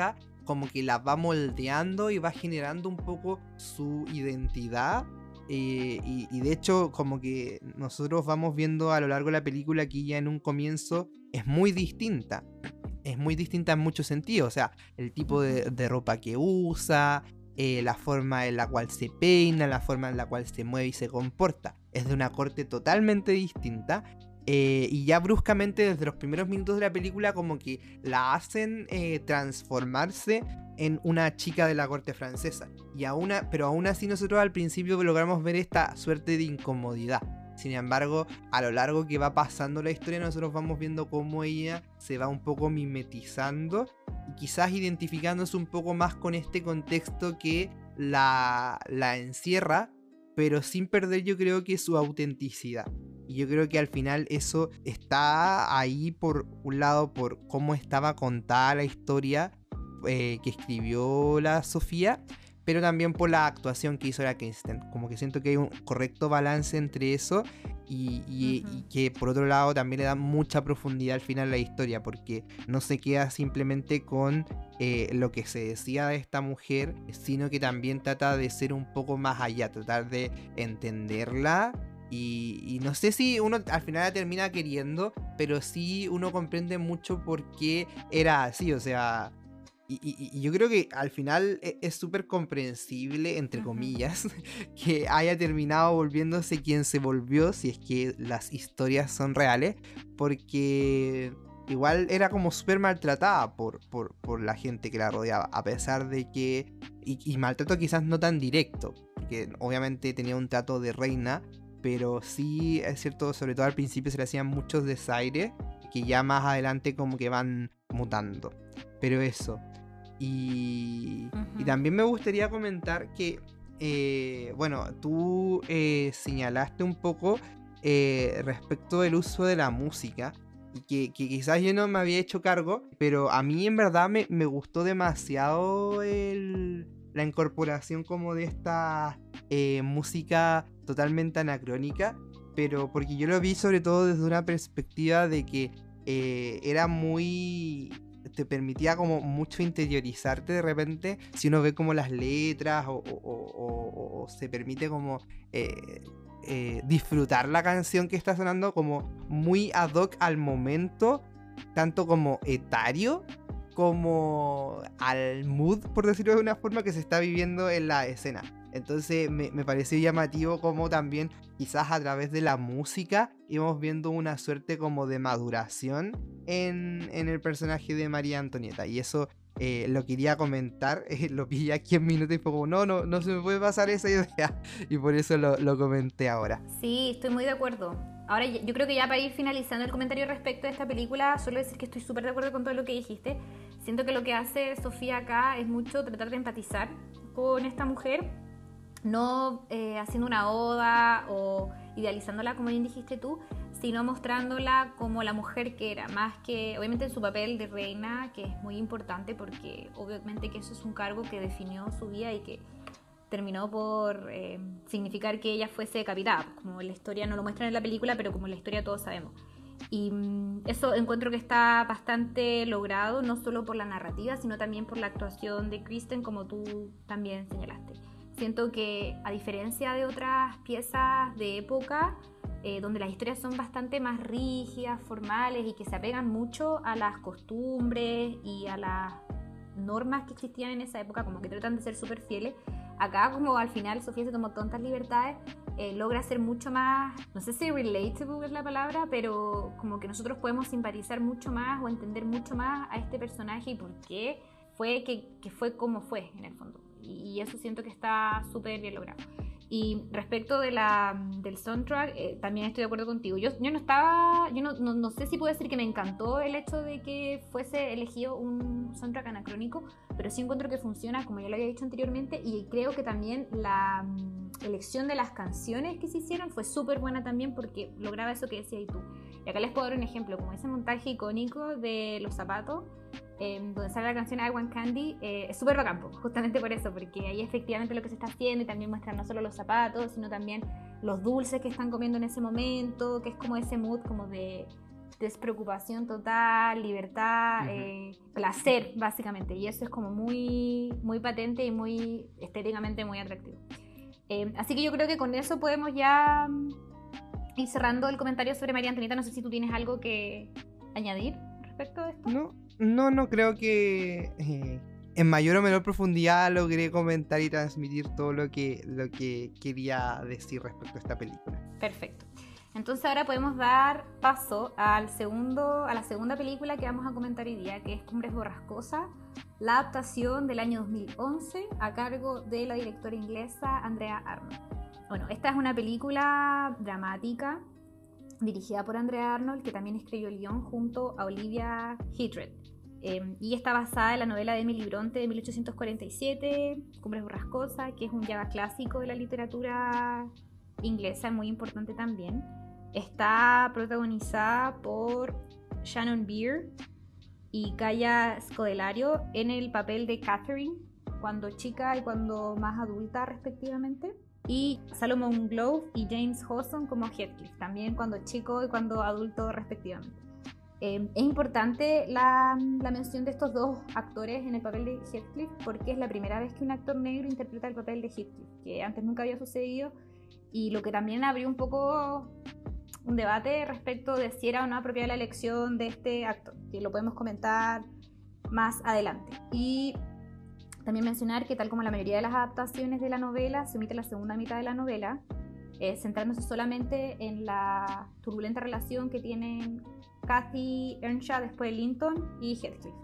como que la va moldeando y va generando un poco su identidad. Y de hecho, como que nosotros vamos viendo a lo largo de la película que ella en un comienzo es muy distinta. Es muy distinta en muchos sentidos. O sea, el tipo de ropa que usa, la forma en la cual se peina, la forma en la cual se mueve y se comporta. Es de una corte totalmente distinta. Y ya bruscamente desde los primeros minutos de la película como que la hacen transformarse en una chica de la corte francesa. Pero aún así nosotros al principio logramos ver esta suerte de incomodidad. Sin embargo, a lo largo que va pasando la historia, nosotros vamos viendo cómo ella se va un poco mimetizando y quizás identificándose un poco más con este contexto que la encierra, pero sin perder, yo creo, que su autenticidad. Y yo creo que al final eso está ahí, por un lado, por cómo estaba contada la historia que escribió la Sofía, pero también por la actuación que hizo la Kristen. Como que siento que hay un correcto balance entre eso y que por otro lado también le da mucha profundidad al final a la historia, porque no se queda simplemente con lo que se decía de esta mujer, sino que también trata de ser un poco más allá, tratar de entenderla. Y no sé si uno al final la termina queriendo, pero sí uno comprende mucho por qué era así, o sea. Y yo creo que al final es súper comprensible, entre comillas, que haya terminado volviéndose quien se volvió, si es que las historias son reales, porque igual era como súper maltratada por la gente que la rodeaba, a pesar de que, y maltrato quizás no tan directo, porque obviamente tenía un trato de reina, pero sí es cierto, sobre todo al principio se le hacían muchos desaires, que ya más adelante como que van mutando, pero eso. Y también me gustaría comentar que, bueno, tú señalaste un poco respecto del uso de la música, y que quizás yo no me había hecho cargo, pero a mí en verdad me gustó demasiado la incorporación como de esta música totalmente anacrónica, pero porque yo lo vi sobre todo desde una perspectiva de que era muy... te permitía como mucho interiorizarte de repente, si uno ve como las letras o se permite como disfrutar la canción que está sonando como muy ad hoc al momento, tanto como etario como al mood, por decirlo de una forma, que se está viviendo en la escena. Entonces me pareció llamativo como también quizás a través de la música íbamos viendo una suerte como de maduración en el personaje de María Antonieta. Y eso lo quería comentar, lo pillé aquí en minutos y fue como no se me puede pasar esa idea. Y por eso lo comenté ahora. Sí, estoy muy de acuerdo. Ahora yo creo que ya para ir finalizando el comentario respecto de esta película, solo decir que estoy súper de acuerdo con todo lo que dijiste. Siento que lo que hace Sofía acá es mucho tratar de empatizar con esta mujer, no haciendo una oda o idealizándola como bien dijiste tú, sino mostrándola como la mujer que era, más que obviamente en su papel de reina, que es muy importante porque obviamente que eso es un cargo que definió su vida y que terminó por significar que ella fuese decapitada, como la historia no lo muestran en la película, pero como en la historia todos sabemos. Y eso encuentro que está bastante logrado, no solo por la narrativa, sino también por la actuación de Kristen, como tú también señalaste. Siento que, a diferencia de otras piezas de época, donde las historias son bastante más rígidas, formales y que se apegan mucho a las costumbres y a las normas que existían en esa época, como que tratan de ser súper fieles, acá como al final Sofía se tomó tantas libertades, logra ser mucho más, no sé si relatable es la palabra, pero como que nosotros podemos simpatizar mucho más o entender mucho más a este personaje y por qué fue que fue como fue en el fondo. Y eso siento que está súper bien logrado. Y respecto de del soundtrack, también estoy de acuerdo contigo. Yo no sé si puedo decir que me encantó el hecho de que fuese elegido un soundtrack anacrónico, pero sí encuentro que funciona, como ya lo había dicho anteriormente, y creo que también la elección de las canciones que se hicieron fue súper buena también porque lograba eso que decías tú. Y acá les puedo dar un ejemplo, como ese montaje icónico de los zapatos, donde sale la canción I Want Candy, es súper bacán, justamente por eso, porque ahí efectivamente lo que se está haciendo y también muestran no solo los zapatos, sino también los dulces que están comiendo en ese momento, que es como ese mood como de despreocupación total, libertad, placer, básicamente. Y eso es como muy, muy patente y muy estéticamente muy atractivo. Así que yo creo que con eso podemos ya ir cerrando el comentario sobre María Antonieta. No sé si tú tienes algo que añadir respecto a esto. No, creo que en mayor o menor profundidad logré comentar y transmitir todo lo que quería decir respecto a esta película. Perfecto. Entonces ahora podemos dar paso a la segunda película que vamos a comentar hoy día, que es Cumbres Borrascosas, la adaptación del año 2011 a cargo de la directora inglesa Andrea Arnold. Bueno, esta es una película dramática dirigida por Andrea Arnold, que también escribió el guión junto a Olivia Hitred. Y está basada en la novela de Emily Bronte de 1847, Cumbres Borrascosas, que es un ya clásico de la literatura inglesa, muy importante también. Está protagonizada por Shannon Beer y Kaya Scodelario en el papel de Catherine, cuando chica y cuando más adulta respectivamente, y Salomon Glove y James Hawson como Heathcliff, también cuando chico y cuando adulto respectivamente. Es importante la mención de estos dos actores en el papel de Heathcliff porque es la primera vez que un actor negro interpreta el papel de Heathcliff, que antes nunca había sucedido, y lo que también abrió un poco un debate respecto de si era o no apropiada la elección de este actor, que lo podemos comentar más adelante. Y también mencionar que, tal como la mayoría de las adaptaciones de la novela, se omite la segunda mitad de la novela, centrándose solamente en la turbulenta relación que tienen Cathy Earnshaw después de Linton y Heathcliff.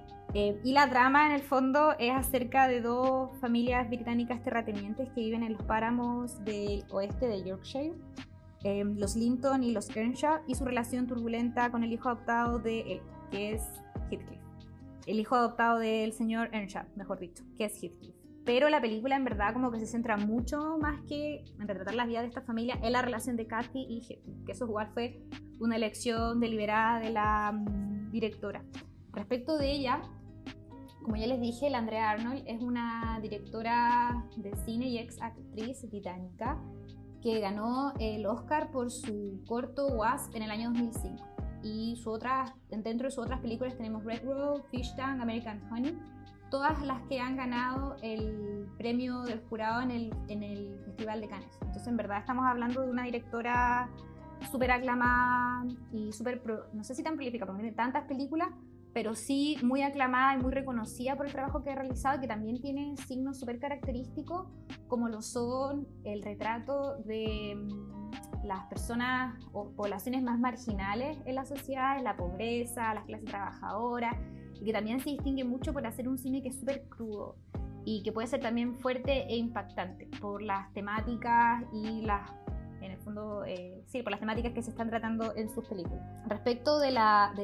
Y la trama, en el fondo, es acerca de dos familias británicas terratenientes que viven en los páramos del oeste de Yorkshire, los Linton y los Earnshaw, y su relación turbulenta con el hijo adoptado de él, que es Heathcliff. El hijo adoptado del señor Earnshaw, mejor dicho, que es Heathcliff. Pero la película en verdad como que se centra mucho más que en retratar las vidas de esta familia en la relación de Cathy y Heathcliff, que eso igual fue una elección deliberada de la directora. Respecto de ella, como ya les dije, la Andrea Arnold es una directora de cine y ex actriz británica que ganó el Oscar por su corto Wasp en el año 2005. Y dentro de sus otras películas tenemos Red Road, Fish Tank, American Honey, todas las que han ganado el premio del jurado en el Festival de Cannes. Entonces, en verdad, estamos hablando de una directora súper aclamada y no sé si tan prolífica, porque tiene tantas películas, pero sí muy aclamada y muy reconocida por el trabajo que ha realizado, que también tiene signos súper característicos, como lo son el retrato de las personas o poblaciones más marginales en la sociedad, la pobreza, las clases trabajadoras, y que también se distingue mucho por hacer un cine que es súper crudo y que puede ser también fuerte e impactante por las temáticas y en el fondo, sí, por las temáticas que se están tratando en sus películas. Respecto de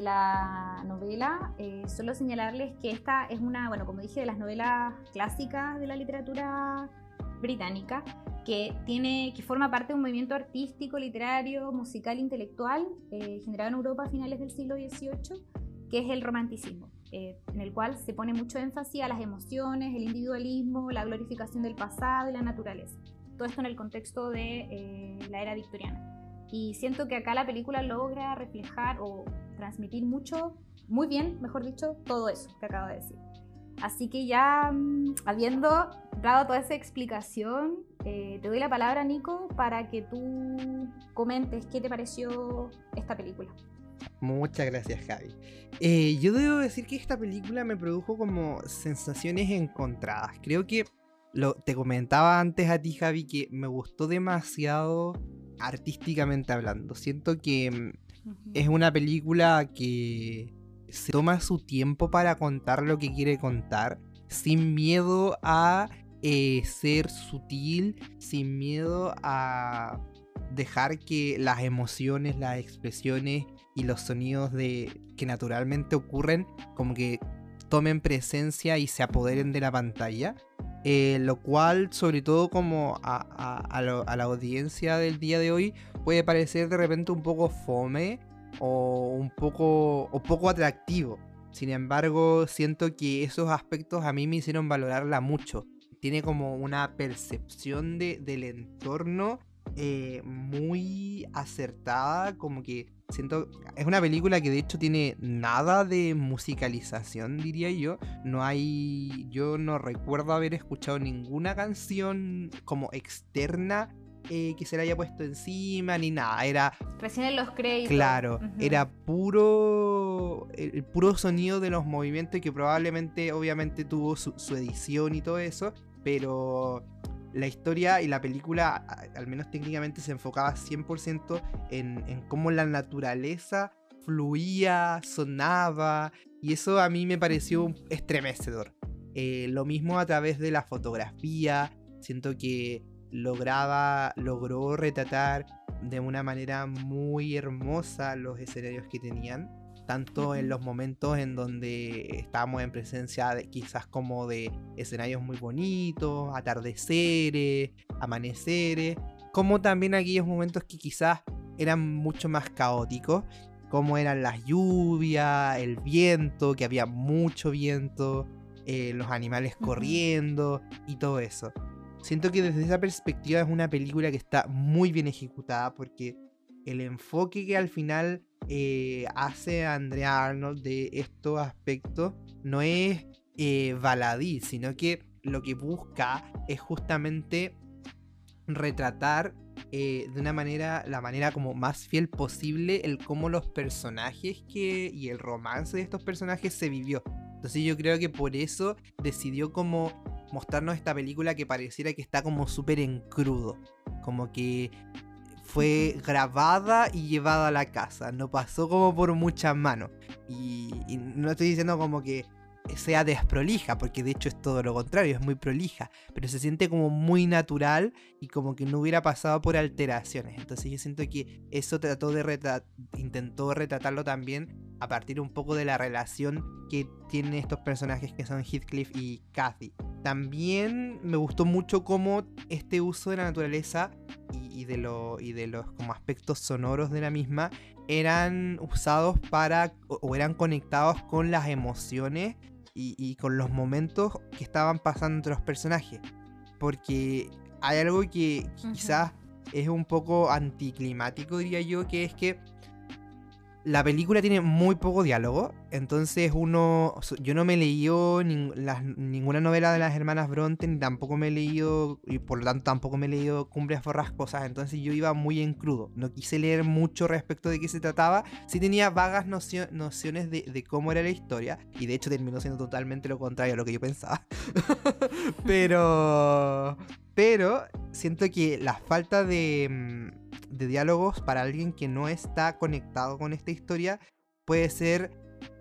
la novela, solo señalarles que esta es una, bueno, como dije, de las novelas clásicas de la literatura británica, que forma parte de un movimiento artístico, literario, musical, intelectual, generado en Europa a finales del siglo XVIII, que es el romanticismo, en el cual se pone mucho énfasis a las emociones, el individualismo, la glorificación del pasado y la naturaleza. Todo esto en el contexto de la era victoriana. Y siento que acá la película logra reflejar o transmitir muy bien, mejor dicho, todo eso que acabo de decir. Así que ya habiendo dado toda esa explicación, te doy la palabra, Nico, para que tú comentes qué te pareció esta película. Muchas gracias, Javi. Yo debo decir que esta película me produjo como sensaciones encontradas. Creo que te comentaba antes a ti, Javi, que me gustó demasiado artísticamente hablando. Siento que es una película que se toma su tiempo para contar lo que quiere contar, sin miedo a ser sutil, sin miedo a dejar que las emociones, las expresiones y los sonidos que naturalmente ocurren como que tomen presencia y se apoderen de la pantalla. Lo cual, sobre todo como a la audiencia del día de hoy, puede parecer de repente un poco fome o poco atractivo. Sin embargo, siento que esos aspectos a mí me hicieron valorarla mucho. Tiene como una percepción del entorno muy acertada, como que siento, es una película que de hecho tiene nada de musicalización, diría yo. Yo no recuerdo haber escuchado ninguna canción como externa que se le haya puesto encima ni nada. Era, Recién en los créditos. claro, era puro, el puro sonido de los movimientos y que probablemente, obviamente tuvo su edición y todo eso, pero la historia y la película, al menos técnicamente, se enfocaba 100% en cómo la naturaleza fluía, sonaba, y eso a mí me pareció estremecedor. Lo mismo a través de la fotografía, siento que logró retratar de una manera muy hermosa los escenarios que tenían, tanto en los momentos en donde estábamos en presencia de quizás como de escenarios muy bonitos, atardeceres, amaneceres, como también aquellos momentos que quizás eran mucho más caóticos, como eran las lluvias, el viento, que había mucho viento, los animales corriendo y todo eso. Siento que desde esa perspectiva es una película que está muy bien ejecutada, porque el enfoque que al final hace Andrea Arnold de estos aspectos no es baladí, sino que lo que busca es justamente retratar de una manera, la manera como más fiel posible, el cómo los personajes y el romance de estos personajes se vivió. Entonces yo creo que por eso decidió como mostrarnos esta película que pareciera que está como súper en crudo, como que fue grabada y llevada a la casa, no pasó como por muchas manos. Y no estoy diciendo como que sea desprolija, porque de hecho es todo lo contrario, es muy prolija, pero se siente como muy natural y como que no hubiera pasado por alteraciones. Entonces yo siento que eso intentó retratarlo también a partir un poco de la relación que tienen estos personajes que son Heathcliff y Cathy. También me gustó mucho cómo este uso de la naturaleza y de los como aspectos sonoros de la misma eran usados o eran conectados con las emociones y con los momentos que estaban pasando entre los personajes. Porque hay algo que quizás es un poco anticlimático, diría yo, que es que la película tiene muy poco diálogo, entonces yo no me he leído ninguna novela de las hermanas Bronte, ni tampoco me he leído, y por lo tanto tampoco me he leído Cumbres Borrascosas, entonces yo iba muy en crudo, no quise leer mucho respecto de qué se trataba, sí tenía vagas nociones de cómo era la historia, y de hecho terminó siendo totalmente lo contrario a lo que yo pensaba, pero siento que la falta de diálogos para alguien que no está conectado con esta historia puede ser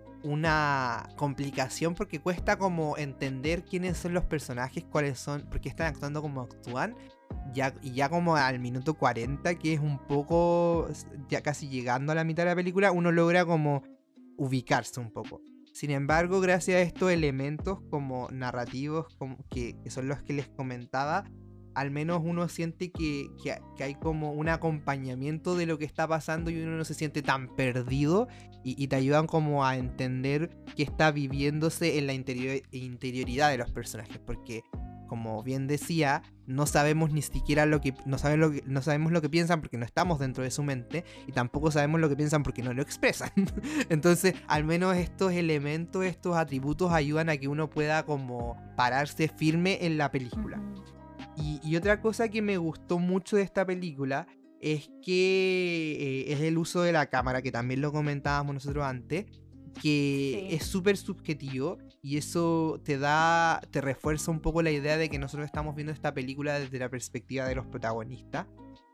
una complicación, porque cuesta como entender quiénes son los personajes, cuáles son, por qué están actuando como actúan, y ya como al minuto 40, que es un poco, ya casi llegando a la mitad de la película, uno logra como ubicarse un poco. Sin embargo, gracias a estos elementos como narrativos que son los que les comentaba, al menos uno siente que hay como un acompañamiento de lo que está pasando y uno no se siente tan perdido y te ayudan como a entender qué está viviéndose en la interioridad de los personajes, porque como bien decía, no sabemos ni siquiera no sabemos lo que piensan porque no estamos dentro de su mente, y tampoco sabemos lo que piensan porque no lo expresan. Entonces, al menos estos elementos, estos atributos ayudan a que uno pueda como pararse firme en la película. Y otra cosa que me gustó mucho de esta película es que es el uso de la cámara, que también lo comentábamos nosotros antes, que es súper subjetivo, y eso te refuerza un poco la idea de que nosotros estamos viendo esta película desde la perspectiva de los protagonistas,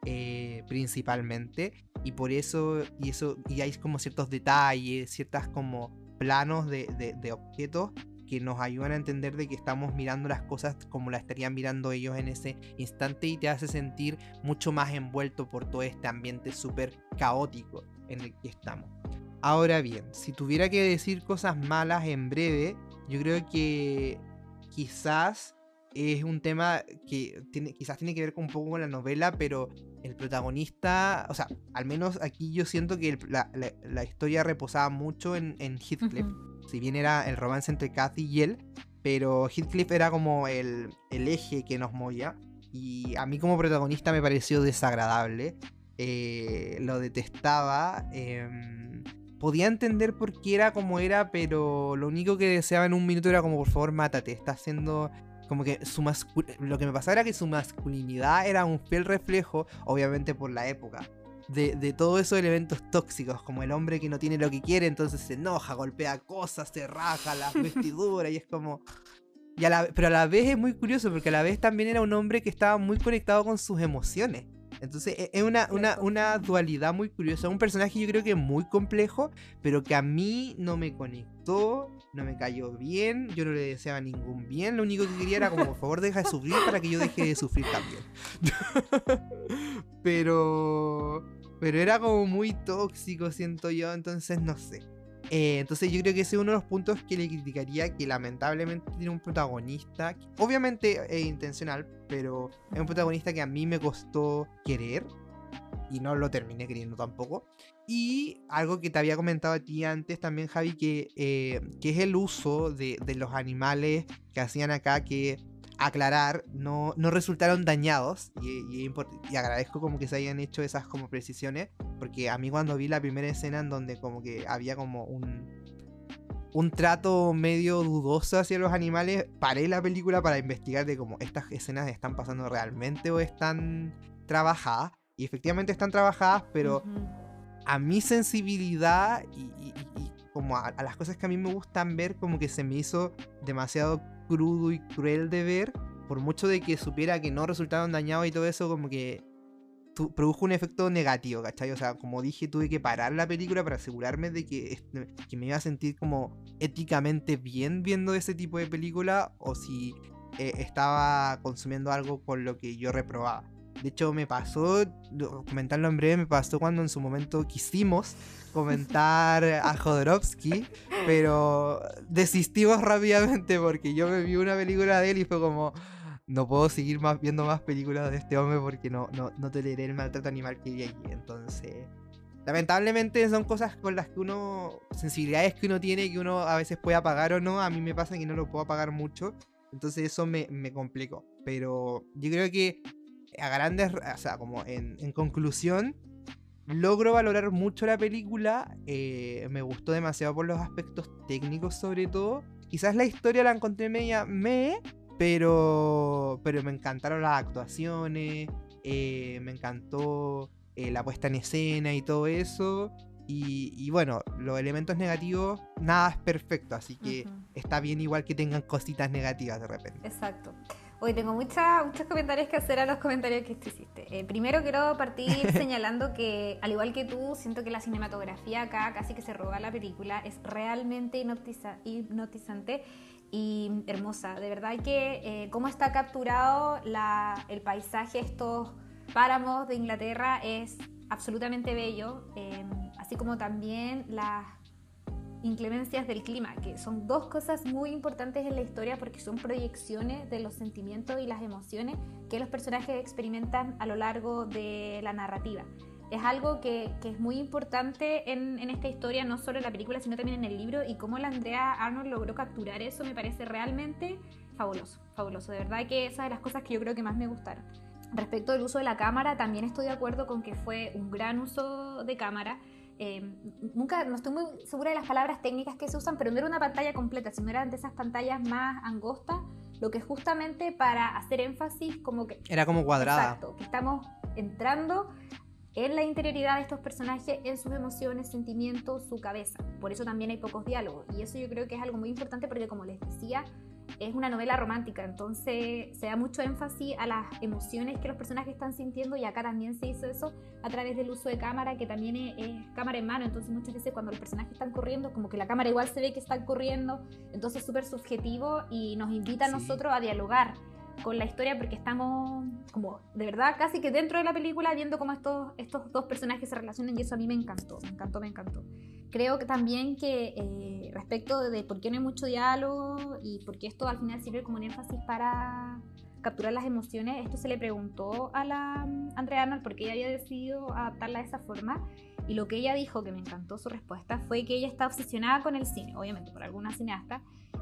principalmente, y por eso, y hay como ciertos detalles, ciertas como planos de objetos que nos ayudan a entender de que estamos mirando las cosas como las estarían mirando ellos en ese instante, y te hace sentir mucho más envuelto por todo este ambiente súper caótico en el que estamos. Ahora bien, si tuviera que decir cosas malas en breve, yo creo que quizás es un tema que quizás tiene que ver un poco con la novela, pero el protagonista, o sea, al menos aquí yo siento que la historia reposaba mucho en Heathcliff. Si bien era el romance entre Cathy y él, pero Heathcliff era como el eje que nos movía, y a mí como protagonista me pareció desagradable. Lo detestaba. Podía entender por qué era como era, pero lo único que deseaba en un minuto era como, por favor, mátate. Está haciendo como que lo que me pasaba era que su masculinidad era un fiel reflejo, obviamente por la época, de todos esos elementos tóxicos, como el hombre que no tiene lo que quiere, entonces se enoja, golpea cosas, se raja las vestiduras, y es como... pero a la vez es muy curioso, porque a la vez también era un hombre que estaba muy conectado con sus emociones. Entonces es una dualidad muy curiosa. Un personaje yo creo que muy complejo, pero que a mí no me conectó, no me cayó bien, yo no le deseaba ningún bien. Lo único que quería era como, por favor, deja de sufrir para que yo deje de sufrir también. Pero era como muy tóxico, siento yo, entonces no sé. Entonces yo creo que ese es uno de los puntos que le criticaría, que lamentablemente tiene un protagonista, que obviamente es intencional, pero es un protagonista que a mí me costó querer y no lo terminé queriendo tampoco. Y algo que te había comentado a ti antes también, Javi, que es el uso de los animales que hacían acá, que aclarar, no resultaron dañados, y agradezco como que se hayan hecho esas como precisiones, porque a mí cuando vi la primera escena en donde como que había como un trato medio dudoso hacia los animales, paré la película para investigar de cómo estas escenas están pasando realmente o están trabajadas, y efectivamente están trabajadas, pero a mi sensibilidad y como a las cosas que a mí me gustan ver, como que se me hizo demasiado crudo y cruel de ver, por mucho de que supiera que no resultaron dañados y todo eso, como que produjo un efecto negativo, ¿cachai? O sea, como dije, tuve que parar la película para asegurarme de que me iba a sentir como éticamente bien viendo ese tipo de película, o si estaba consumiendo algo con lo que yo reprobaba. De hecho, me pasó, comentarlo en breve, me pasó cuando en su momento quisimos comentar a Jodorowsky, pero desistimos rápidamente porque yo me vi una película de él y fue como, no puedo seguir viendo más películas de este hombre porque no toleré el maltrato animal que vi allí. Entonces, lamentablemente son cosas con las que sensibilidades que uno tiene, que uno a veces puede apagar o no. A mí me pasa que no lo puedo apagar mucho, entonces eso me complicó. Pero yo creo que a grandes, o sea, como en conclusión, logro valorar mucho la película. Me gustó demasiado por los aspectos técnicos, sobre todo. Quizás la historia la encontré media pero me encantaron las actuaciones, me encantó la puesta en escena y todo eso. Y bueno, los elementos negativos, nada es perfecto, así que está bien igual que tengan cositas negativas de repente. Exacto. Hoy tengo muchos comentarios que hacer a los comentarios que tú hiciste. Primero quiero partir señalando que, al igual que tú, siento que la cinematografía acá casi que se roba la película. Es realmente hipnotizante y hermosa. De verdad que cómo está capturado el paisaje, estos páramos de Inglaterra, es absolutamente bello. Así como también las inclemencias del clima, que son dos cosas muy importantes en la historia porque son proyecciones de los sentimientos y las emociones que los personajes experimentan a lo largo de la narrativa. Es algo que es muy importante en esta historia, no solo en la película, sino también en el libro, y cómo la Andrea Arnold logró capturar eso me parece realmente fabuloso, fabuloso. De verdad que esa es de las cosas que yo creo que más me gustaron. Respecto del uso de la cámara, también estoy de acuerdo con que fue un gran uso de cámara. No estoy muy segura de las palabras técnicas que se usan, pero no era una pantalla completa, sino eran de esas pantallas más angostas, lo que justamente para hacer énfasis como que... Era como cuadrada. Exacto, que estamos entrando en la interioridad de estos personajes, en sus emociones, sentimientos, su cabeza. Por eso también hay pocos diálogos, y eso yo creo que es algo muy importante porque, como les decía, es una novela romántica, entonces se da mucho énfasis a las emociones que los personajes están sintiendo, y acá también se hizo eso a través del uso de cámara, que también es cámara en mano. Entonces muchas veces cuando los personajes están corriendo, como que la cámara igual se ve que están corriendo, entonces es súper subjetivo y nos invita a nosotros a dialogar con la historia, porque estamos como de verdad casi que dentro de la película viendo cómo estos dos personajes se relacionan, y eso a mí me encantó. Creo que también que respecto de por qué no hay mucho diálogo y por qué esto al final sirve como un énfasis para capturar las emociones, esto se le preguntó a la Andrea Arnold porque ella había decidido adaptarla de esa forma, y lo que ella dijo, que me encantó su respuesta, fue que ella está obsesionada con el cine, obviamente por alguna cineasta,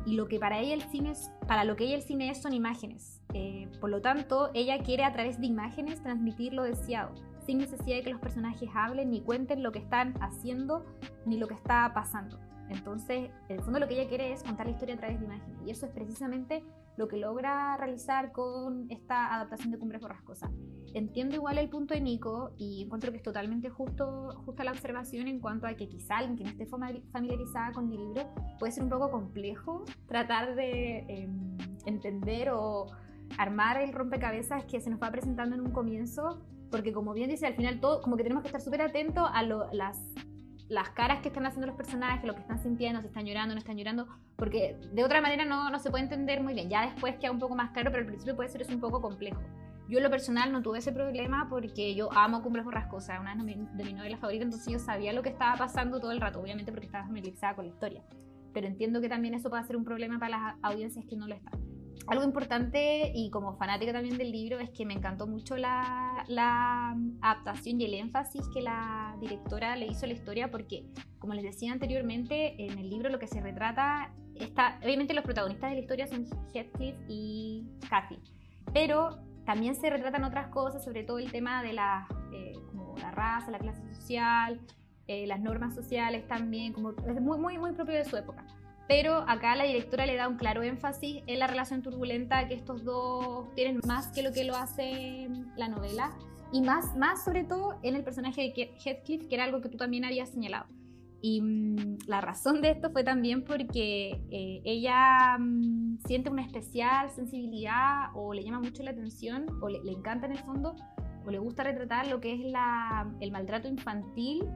y lo que para ella el cine es son imágenes. Por lo tanto, ella quiere a través de imágenes transmitir lo deseado, sin necesidad de que los personajes hablen ni cuenten lo que están haciendo ni lo que está pasando. Entonces, en el fondo lo que ella quiere es contar la historia a través de imágenes, y eso es precisamente lo que logra realizar con esta adaptación de Cumbres Borrascosas. Entiendo igual el punto de Nico y encuentro que es totalmente justa la observación en cuanto a que quizá alguien que no esté familiarizada con el libro puede ser un poco complejo tratar de entender o armar el rompecabezas que se nos va presentando en un comienzo, porque como bien dice, al final todo como que tenemos que estar súper atentos a las caras que están haciendo los personajes, lo que están sintiendo, si están llorando, no están llorando, porque de otra manera no se puede entender muy bien. Ya después queda un poco más claro, pero al principio puede ser eso un poco complejo. Yo en lo personal no tuve ese problema porque yo amo Cumbres Borrascosas, una de mis novelas favoritas, entonces yo sabía lo que estaba pasando todo el rato, obviamente porque estaba familiarizada con la historia. Pero entiendo que también eso puede ser un problema para las audiencias que no lo están. Algo importante, y como fanática también del libro, es que me encantó mucho la adaptación y el énfasis que la directora le hizo a la historia, porque, como les decía anteriormente, en el libro lo que se retrata, obviamente los protagonistas de la historia son Heathcliff y Cathy, pero también se retratan otras cosas, sobre todo el tema de como la raza, la clase social, las normas sociales también, como es muy, muy, muy propio de su época. Pero acá la directora le da un claro énfasis en la relación turbulenta que estos dos tienen, más que lo que lo hace la novela, y más sobre todo en el personaje de Heathcliff, que era algo que tú también habías señalado. Y la razón de esto fue también porque ella siente una especial sensibilidad, o le llama mucho la atención, o le encanta en el fondo, o le gusta retratar lo que es el maltrato infantil,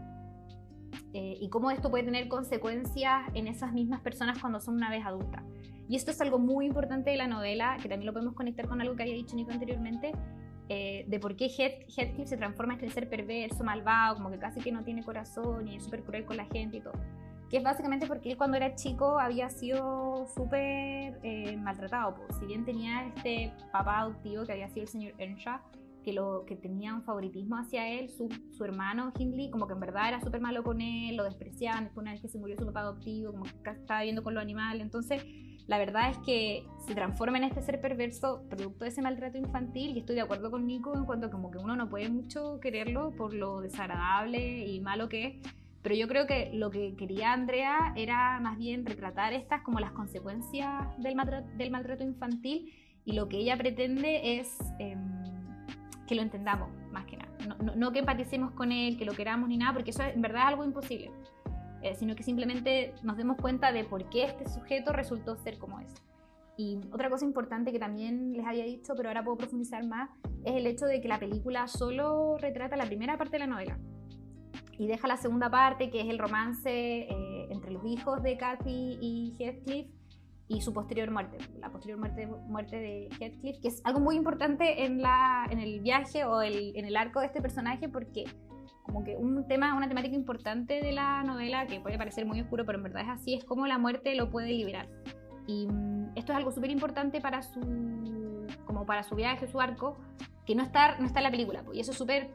y cómo esto puede tener consecuencias en esas mismas personas cuando son una vez adultas. Y esto es algo muy importante de la novela, que también lo podemos conectar con algo que había dicho Nico anteriormente, de por qué Heathcliff se transforma en este ser perverso, malvado, como que casi que no tiene corazón y es súper cruel con la gente y todo. Que es básicamente porque él cuando era chico había sido súper maltratado. Pues. Si bien tenía este papá adoptivo que había sido el señor Earnshaw, que tenía un favoritismo hacia él, su hermano Hindley como que en verdad era súper malo con él, lo despreciaban. Después, una vez que se murió su papá adoptivo, como que estaba viviendo con los animales, entonces la verdad es que se transforma en este ser perverso producto de ese maltrato infantil. Y estoy de acuerdo con Nico en cuanto a como que uno no puede mucho quererlo por lo desagradable y malo que es, pero yo creo que lo que quería Andrea era más bien retratar estas como las consecuencias del maltrato infantil, y lo que ella pretende es que lo entendamos, más que nada. No que empaticemos con él, que lo queramos ni nada, porque eso en verdad es algo imposible, sino que simplemente nos demos cuenta de por qué este sujeto resultó ser como es. Y otra cosa importante que también les había dicho, pero ahora puedo profundizar más, es el hecho de que la película solo retrata la primera parte de la novela y deja la segunda parte, que es el romance entre los hijos de Cathy y Heathcliff, y su posterior muerte, la posterior muerte de Heathcliff, que es algo muy importante en el viaje o en el arco de este personaje, porque como que una temática importante de la novela, que puede parecer muy oscuro, pero en verdad es así, es cómo la muerte lo puede liberar. Y esto es algo súper importante para su viaje, su arco, que no está en la película, y eso es súper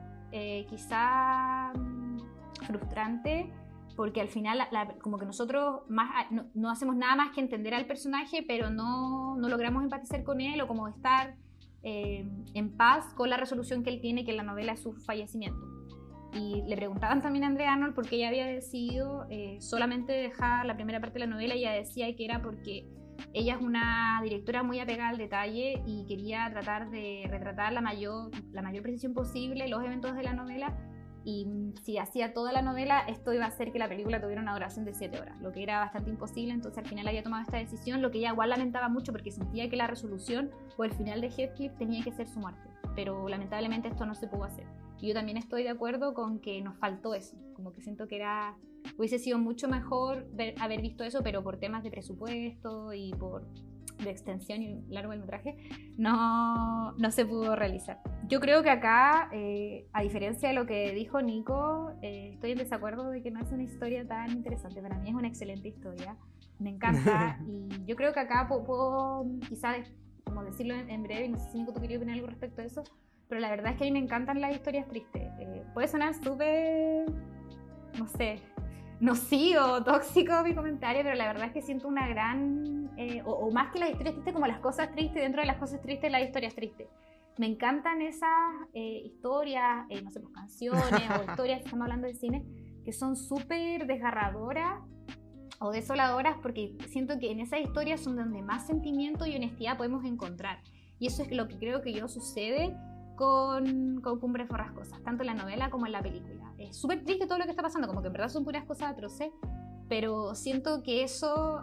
quizá frustrante, porque al final como que nosotros no hacemos nada más que entender al personaje, pero no logramos empatizar con él o como estar en paz con la resolución que él tiene, que en la novela es su fallecimiento. Y le preguntaban también a Andrea Arnold por qué ella había decidido solamente dejar la primera parte de la novela, y ella decía que era porque ella es una directora muy apegada al detalle y quería tratar de retratar la mayor precisión posible los eventos de la novela. Y si hacía toda la novela, esto iba a hacer que la película tuviera una duración de 7 horas, lo que era bastante imposible. Entonces al final había tomado esta decisión, lo que ella igual lamentaba mucho, porque sentía que la resolución o el final de Heathcliff tenía que ser su muerte, pero lamentablemente esto no se pudo hacer. Y yo también estoy de acuerdo con que nos faltó eso, como que siento que hubiese sido mucho mejor haber visto eso, pero por temas de presupuesto y de extensión y largometraje no se pudo realizar. Yo creo que acá, a diferencia de lo que dijo Nico, estoy en desacuerdo de que no es una historia tan interesante. Para mí es una excelente historia, me encanta, y yo creo que acá puedo quizás como decirlo en breve, no sé si Nico tú querías opinar algo respecto a eso, pero la verdad es que a mí me encantan las historias tristes. Puede sonar súper, no sé, nocivo, tóxico mi comentario, pero la verdad es que siento una gran, o más que las historias tristes, como las cosas tristes, dentro de las cosas tristes, las historias tristes. Me encantan esas historias, no sé, pues canciones o historias, estamos hablando de cine, que son súper desgarradoras o desoladoras, porque siento que en esas historias son donde más sentimiento y honestidad podemos encontrar. Y eso es lo que creo que yo sucede con Cumbres Borrascosas, tanto en la novela como en la película. Es súper triste todo lo que está pasando, como que en verdad son puras cosas atroces, pero siento que eso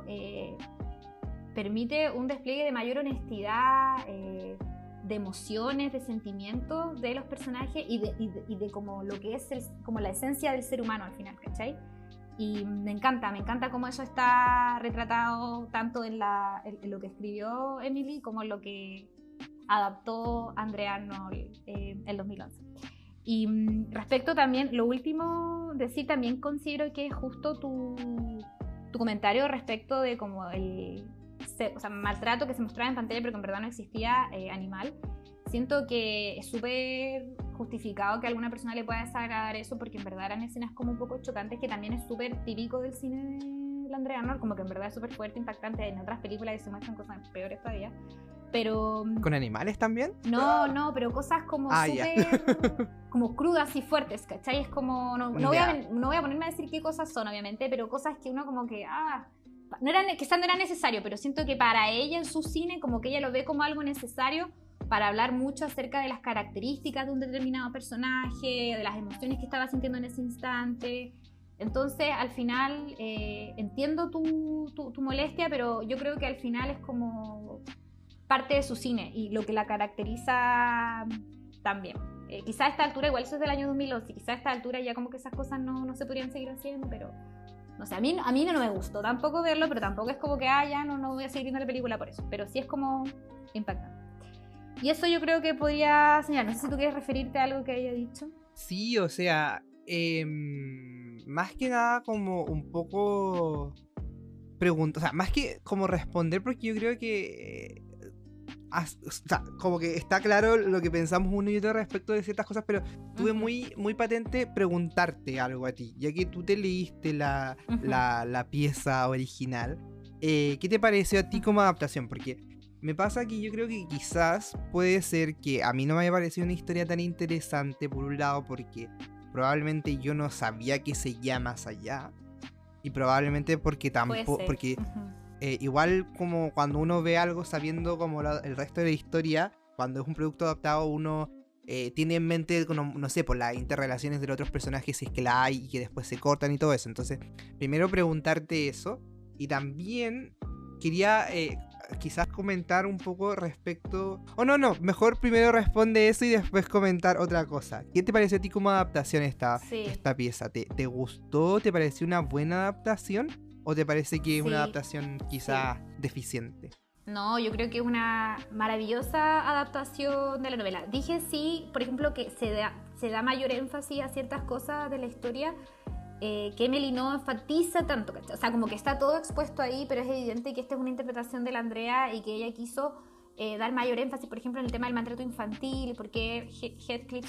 permite un despliegue de mayor honestidad, de emociones, de sentimientos de los personajes y de como lo que es como la esencia del ser humano al final, ¿cachai? Y me encanta cómo eso está retratado tanto en lo que escribió Emily como en lo que adaptó Andrea Arnold en 2011. Y respecto también, lo último, decir, también considero que es justo tu comentario respecto de como el maltrato que se mostraba en pantalla pero que en verdad no existía animal. Siento que es súper justificado que a alguna persona le pueda desagradar eso, porque en verdad eran escenas como un poco chocantes, que también es súper típico del cine de Andrea Arnold, como que en verdad es súper fuerte, impactante. En otras películas se muestran cosas peores todavía. Pero... ¿Con animales también? No, pero cosas como súper como crudas y fuertes, ¿cachai? Es como, no voy a ponerme a decir qué cosas son, obviamente, pero cosas que uno como que, quizás no era necesario, pero siento que para ella en su cine, como que ella lo ve como algo necesario para hablar mucho acerca de las características de un determinado personaje, de las emociones que estaba sintiendo en ese instante. Entonces, al final, entiendo tu molestia, pero yo creo que al final es como parte de su cine y lo que la caracteriza también. Quizá a esta altura, igual eso es del año 2011, quizá a esta altura ya como que esas cosas no se podrían seguir haciendo, pero no sé, a mí no me gustó tampoco verlo, pero tampoco es como que ya no voy a seguir viendo la película por eso, pero sí es como impactante. Y eso yo creo que podría señalar. No sé si tú quieres referirte a algo que haya dicho. Sí, o sea, más que nada como un poco pregunta, o sea, más que como responder, porque yo creo que o sea, como que está claro lo que pensamos uno y otro respecto de ciertas cosas, pero tuve muy patente preguntarte algo a ti, ya que tú te leíste la pieza original. ¿Qué te pareció a ti como adaptación? Porque me pasa que yo creo que quizás puede ser que a mí no me haya parecido una historia tan interesante, por un lado, porque probablemente yo no sabía que seguía más allá, y probablemente porque tampoco, porque igual como cuando uno ve algo sabiendo como el resto de la historia, cuando es un producto adaptado uno tiene en mente, no sé, por las interrelaciones de los otros personajes, si es que la hay y que después se cortan y todo eso. Entonces, primero preguntarte eso, y también quería quizás comentar un poco respecto... mejor primero responde eso y después comentar otra cosa. ¿Qué te pareció a ti como adaptación esta pieza? ¿Te gustó? ¿Te pareció una buena adaptación? ¿O te parece que es una adaptación quizás deficiente? No, yo creo que es una maravillosa adaptación de la novela. Dije sí, por ejemplo, que se da mayor énfasis a ciertas cosas de la historia que Emily no enfatiza tanto, ¿cachai? O sea, como que está todo expuesto ahí, pero es evidente que esta es una interpretación de la Andrea y que ella quiso dar mayor énfasis, por ejemplo, en el tema del maltrato infantil, porque Heathcliff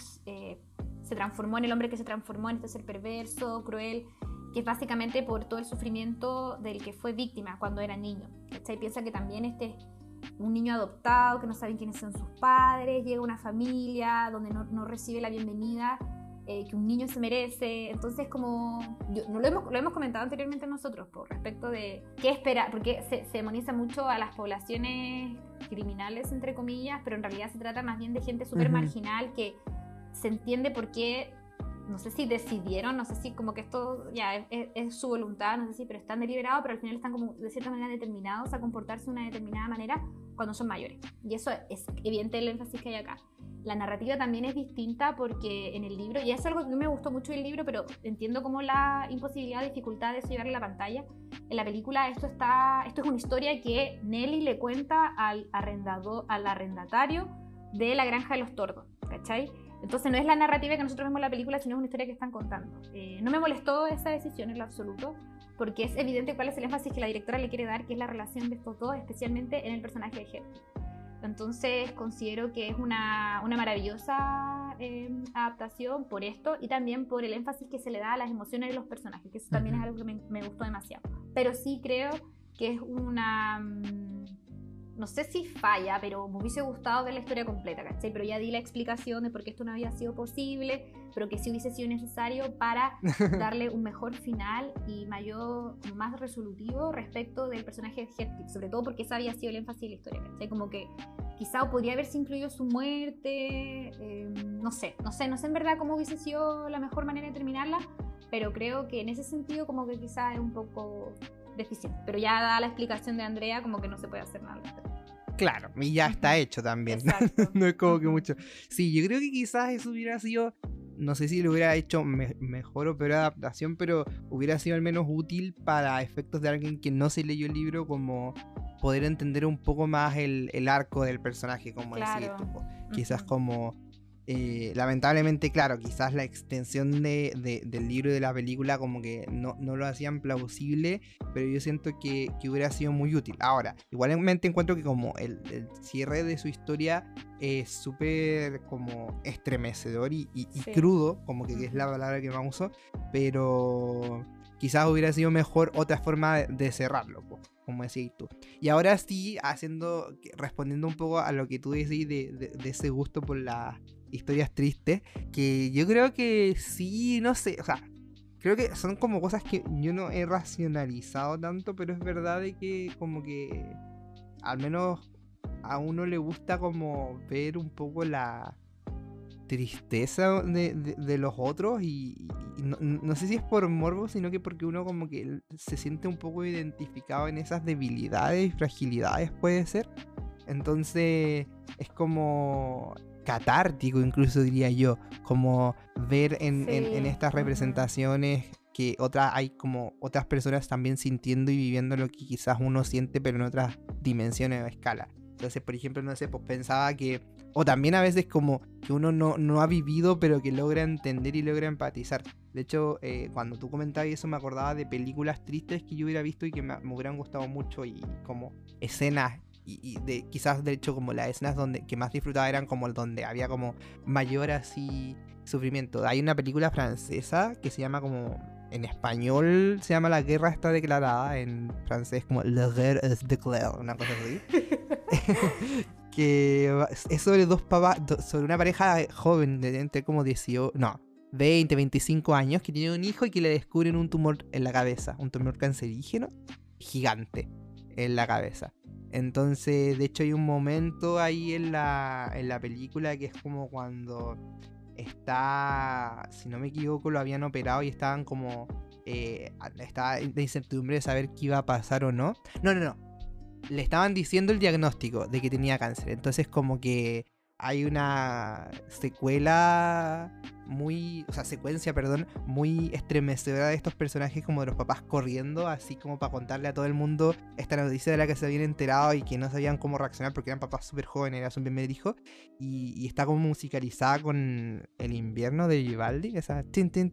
se transformó en el hombre que se transformó, en este ser perverso, cruel, que es básicamente por todo el sufrimiento del que fue víctima cuando era niño, ¿cachai? Piensa que también un niño adoptado, que no saben quiénes son sus padres, llega a una familia donde no recibe la bienvenida que un niño se merece. Entonces, como lo hemos comentado anteriormente nosotros por respecto de qué espera, porque se demoniza mucho a las poblaciones criminales, entre comillas, pero en realidad se trata más bien de gente súper marginal que se entiende por qué, no sé si decidieron, no sé si como que esto ya es su voluntad, no sé si, pero están deliberados, pero al final están como de cierta manera determinados a comportarse de una determinada manera cuando son mayores. Y eso es evidente el énfasis que hay acá. La narrativa también es distinta porque en el libro, y es algo que a mí me gustó mucho del libro, pero entiendo como la imposibilidad, dificultad de eso llevarle a la pantalla. En la película esto es una historia que Nelly le cuenta al arrendatario de la granja de los tordos, ¿cachai? Entonces no es la narrativa que nosotros vemos en la película, sino es una historia que están contando. No me molestó esa decisión en lo absoluto, porque es evidente cuál es el énfasis que la directora le quiere dar, que es la relación de estos dos, especialmente en el personaje de Heathcliff. Entonces considero que es una maravillosa adaptación por esto y también por el énfasis que se le da a las emociones de los personajes, que eso también es algo que me gustó demasiado. Pero sí creo que es una... no sé si falla, pero me hubiese gustado ver la historia completa, ¿cachai? Pero ya di la explicación de por qué esto no había sido posible, pero que sí hubiese sido necesario para darle un mejor final y más resolutivo respecto del personaje de Heathcliff, sobre todo porque ese había sido el énfasis de la historia, ¿cachai? Como que quizá podría haberse incluido su muerte, no sé en verdad cómo hubiese sido la mejor manera de terminarla, pero creo que en ese sentido como que quizá es un poco deficiente, pero ya da la explicación de Andrea como que no se puede hacer nada. Claro, y ya está hecho también. No es como que mucho. Sí, yo creo que quizás eso hubiera sido, no sé si lo hubiera hecho mejor o peor adaptación, pero hubiera sido al menos útil para efectos de alguien que no se leyó el libro, como poder entender un poco más el arco del personaje, como decís tú. Quizás como... lamentablemente, claro, quizás la extensión del libro y de la película como que no lo hacían plausible, pero yo siento que hubiera sido muy útil. Ahora, igualmente encuentro que como el cierre de su historia es súper como estremecedor y crudo, como que es la palabra que más uso, pero quizás hubiera sido mejor otra forma de cerrarlo, como decís tú. Y ahora sí, respondiendo un poco a lo que tú decís de ese gusto por las historias tristes, que yo creo que sí, no sé, o sea, creo que son como cosas que yo no he racionalizado tanto, pero es verdad de que como que al menos a uno le gusta como ver un poco la tristeza de los otros y no sé si es por morbo, sino que porque uno como que se siente un poco identificado en esas debilidades y fragilidades, puede ser. Entonces es como catártico, incluso diría yo, como ver en estas representaciones que hay como otras personas también sintiendo y viviendo lo que quizás uno siente, pero en otras dimensiones o escala. Entonces, por ejemplo, no sé, pues pensaba que, o también a veces como que uno no ha vivido, pero que logra entender y logra empatizar. De hecho, cuando tú comentabas eso, me acordaba de películas tristes que yo hubiera visto y que me hubieran gustado mucho, y como escenas, y quizás de hecho como las escenas que más disfrutaba eran como donde había como mayor así sufrimiento. Hay una película francesa que se llama como... En español se llama La guerra está declarada, en francés como La guerre est déclarée, una cosa así. Que es sobre sobre una pareja joven de entre como 20, 25 años, que tiene un hijo y que le descubren un tumor en la cabeza, un tumor cancerígeno gigante en la cabeza. Entonces, de hecho hay un momento ahí en la película que es como cuando... si no me equivoco, lo habían operado y estaban como estaba de incertidumbre de saber qué iba a pasar o no. No, le estaban diciendo el diagnóstico de que tenía cáncer. Entonces como que hay una secuencia, muy estremecedora de estos personajes, como de los papás corriendo, así como para contarle a todo el mundo esta noticia de la que se habían enterado y que no sabían cómo reaccionar porque eran papás súper jóvenes, era su primer hijo, y está como musicalizada con El invierno de Vivaldi, esa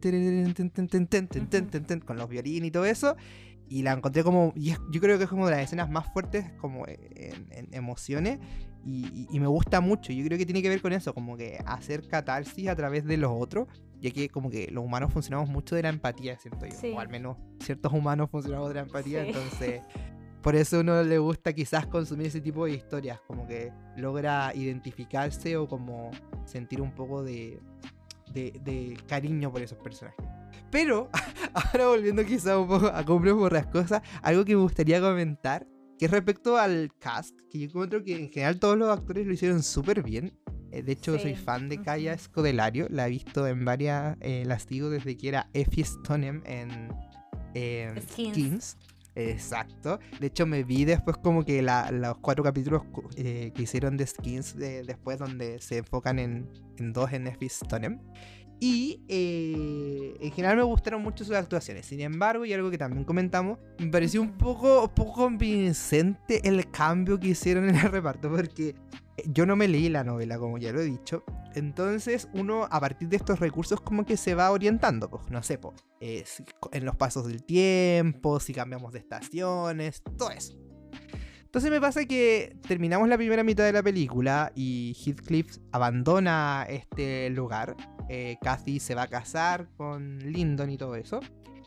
con los violines y todo eso. Y la encontré como, yo creo que es como de las escenas más fuertes como en emociones, y me gusta mucho. Yo creo que tiene que ver con eso, como que hacer catarsis a través de los otros, ya que como que los humanos funcionamos mucho de la empatía, siento yo, o al menos ciertos humanos funcionamos de la empatía, entonces por eso a uno le gusta quizás consumir ese tipo de historias, como que logra identificarse o como sentir un poco de cariño por esos personajes. Pero, ahora volviendo quizá un poco a Compras Borrascosas, algo que me gustaría comentar, que es respecto al cast, que yo encuentro que en general todos los actores lo hicieron súper bien. De hecho, soy fan de Kaya Scodelario, la he visto en varias, la sigo desde que era Effie Stoneham en Skins. Exacto. De hecho, me vi después como que los 4 capítulos que hicieron de Skins después, donde se enfocan en dos en Effie Stoneham. Y en general me gustaron mucho sus actuaciones. Sin embargo, y algo que también comentamos, me pareció un poco convincente el cambio que hicieron en el reparto, porque yo no me leí la novela, como ya lo he dicho. Entonces uno a partir de estos recursos como que se va orientando, pues no sé, en los pasos del tiempo, si cambiamos de estaciones, todo eso. Entonces me pasa que terminamos la primera mitad de la película y Heathcliff abandona este lugar. Cathy se va a casar con Lyndon y todo eso.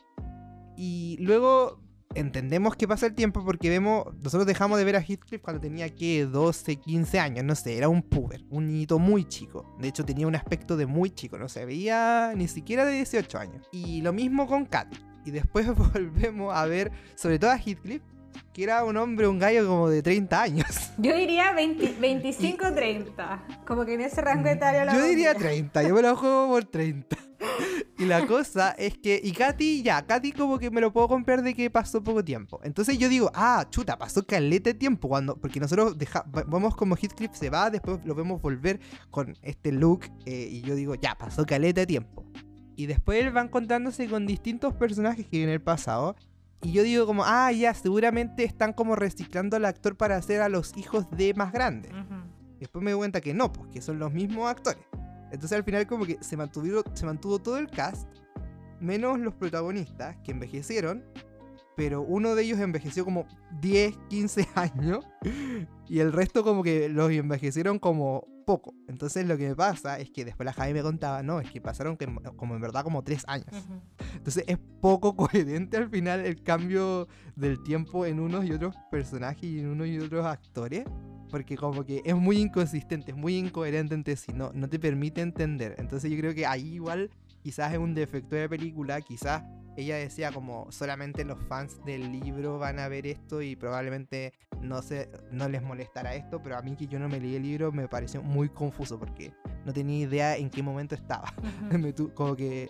Y luego entendemos que pasa el tiempo porque nosotros dejamos de ver a Heathcliff cuando tenía, ¿qué? 12, 15 años, no sé, era un puber, un niñito muy chico. De hecho tenía un aspecto de muy chico, no se veía ni siquiera de 18 años. Y lo mismo con Cathy. Y después volvemos a ver, sobre todo a Heathcliff, que era un gallo como de 30 años. Yo diría 25 30, como que en ese rango etario. Yo diría 30, yo me lo juego por 30. Y la cosa es que, y Cathy como que me lo puedo comprar de que pasó poco tiempo. Entonces yo digo, chuta, pasó caleta de tiempo porque nosotros vemos como Heathcliff se va, después lo vemos volver con este look, y yo digo, ya, pasó caleta de tiempo. Y después él va encontrándose con distintos personajes que viven en el pasado. Y yo digo como, ya, seguramente están como reciclando al actor para hacer a los hijos de más grandes. Y después me doy cuenta que no, pues que son los mismos actores. Entonces al final como que se mantuvo todo el cast, menos los protagonistas que envejecieron, pero uno de ellos envejeció como 10, 15 años y el resto como que los envejecieron como poco. Entonces lo que me pasa es que después la Javi me contaba, no, es que pasaron como en verdad como 3 años. Entonces es poco coherente al final el cambio del tiempo en unos y otros personajes y en unos y otros actores. Porque como que es muy inconsistente, es muy incoherente entre sí, no te permite entender. Entonces yo creo que ahí igual quizás es un defecto de la película. Quizás ella decía como solamente los fans del libro van a ver esto y probablemente no les molestará esto. Pero a mí, que yo no me leí el libro, me pareció muy confuso porque no tenía idea en qué momento estaba. Como que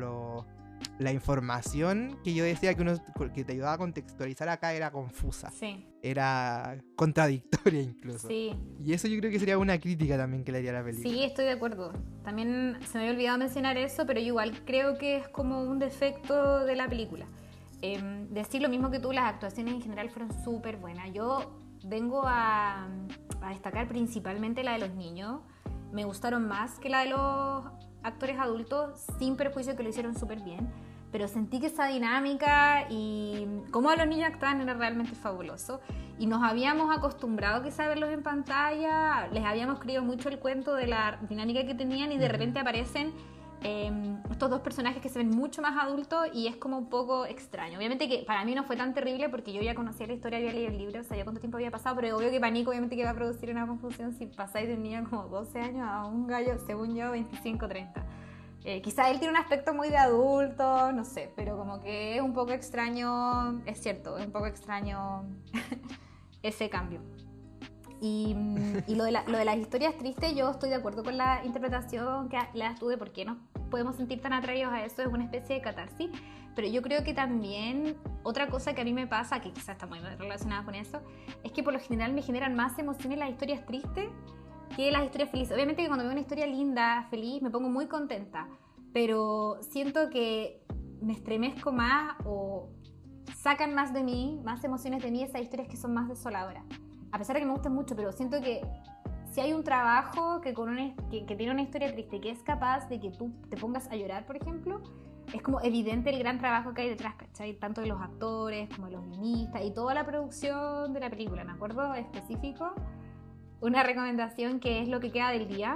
la información que yo decía que te ayudaba a contextualizar acá era confusa. Sí. Era contradictoria incluso. Sí. Y eso yo creo que sería una crítica también que le haría a la película. Sí, estoy de acuerdo. También se me había olvidado mencionar eso, pero yo igual creo que es como un defecto de la película. Decir lo mismo que tú, las actuaciones en general fueron súper buenas. Yo vengo a destacar principalmente la de los niños. Me gustaron más que la de los actores adultos, sin perjuicio que lo hicieron súper bien. Pero sentí que esa dinámica y cómo los niños actuaban era realmente fabuloso. Y nos habíamos acostumbrado quizá a verlos en pantalla, les habíamos creído mucho el cuento de la dinámica que tenían y de repente aparecen estos dos personajes que se ven mucho más adultos y es como un poco extraño. Obviamente que para mí no fue tan terrible porque yo ya conocía la historia, había leído el libro, sabía cuánto tiempo había pasado, pero obvio que para Nico obviamente que va a producir una confusión si pasáis de un niño como 12 años a un gallo, según yo, 25, 30. Quizá él tiene un aspecto muy de adulto, no sé, pero como que es un poco extraño, es cierto, es un poco extraño ese cambio. Y lo de las historias tristes, yo estoy de acuerdo con la interpretación que le das tú de por qué nos podemos sentir tan atraídos a eso, es una especie de catarsis, pero yo creo que también otra cosa que a mí me pasa, que quizás está muy relacionada con eso, es que por lo general me generan más emociones las historias tristes que las historias felices. Obviamente que cuando veo una historia linda, feliz, me pongo muy contenta, pero siento que me estremezco más o sacan más de mí, más emociones de mí esas historias que son más desoladoras. A pesar de que me gustan mucho, pero siento que si hay un trabajo que tiene una historia triste, que es capaz de que tú te pongas a llorar, por ejemplo, es como evidente el gran trabajo que hay detrás, ¿cachai? Tanto de los actores como de los guionistas y toda la producción de la película. Me acuerdo específico una recomendación que es Lo que queda del día,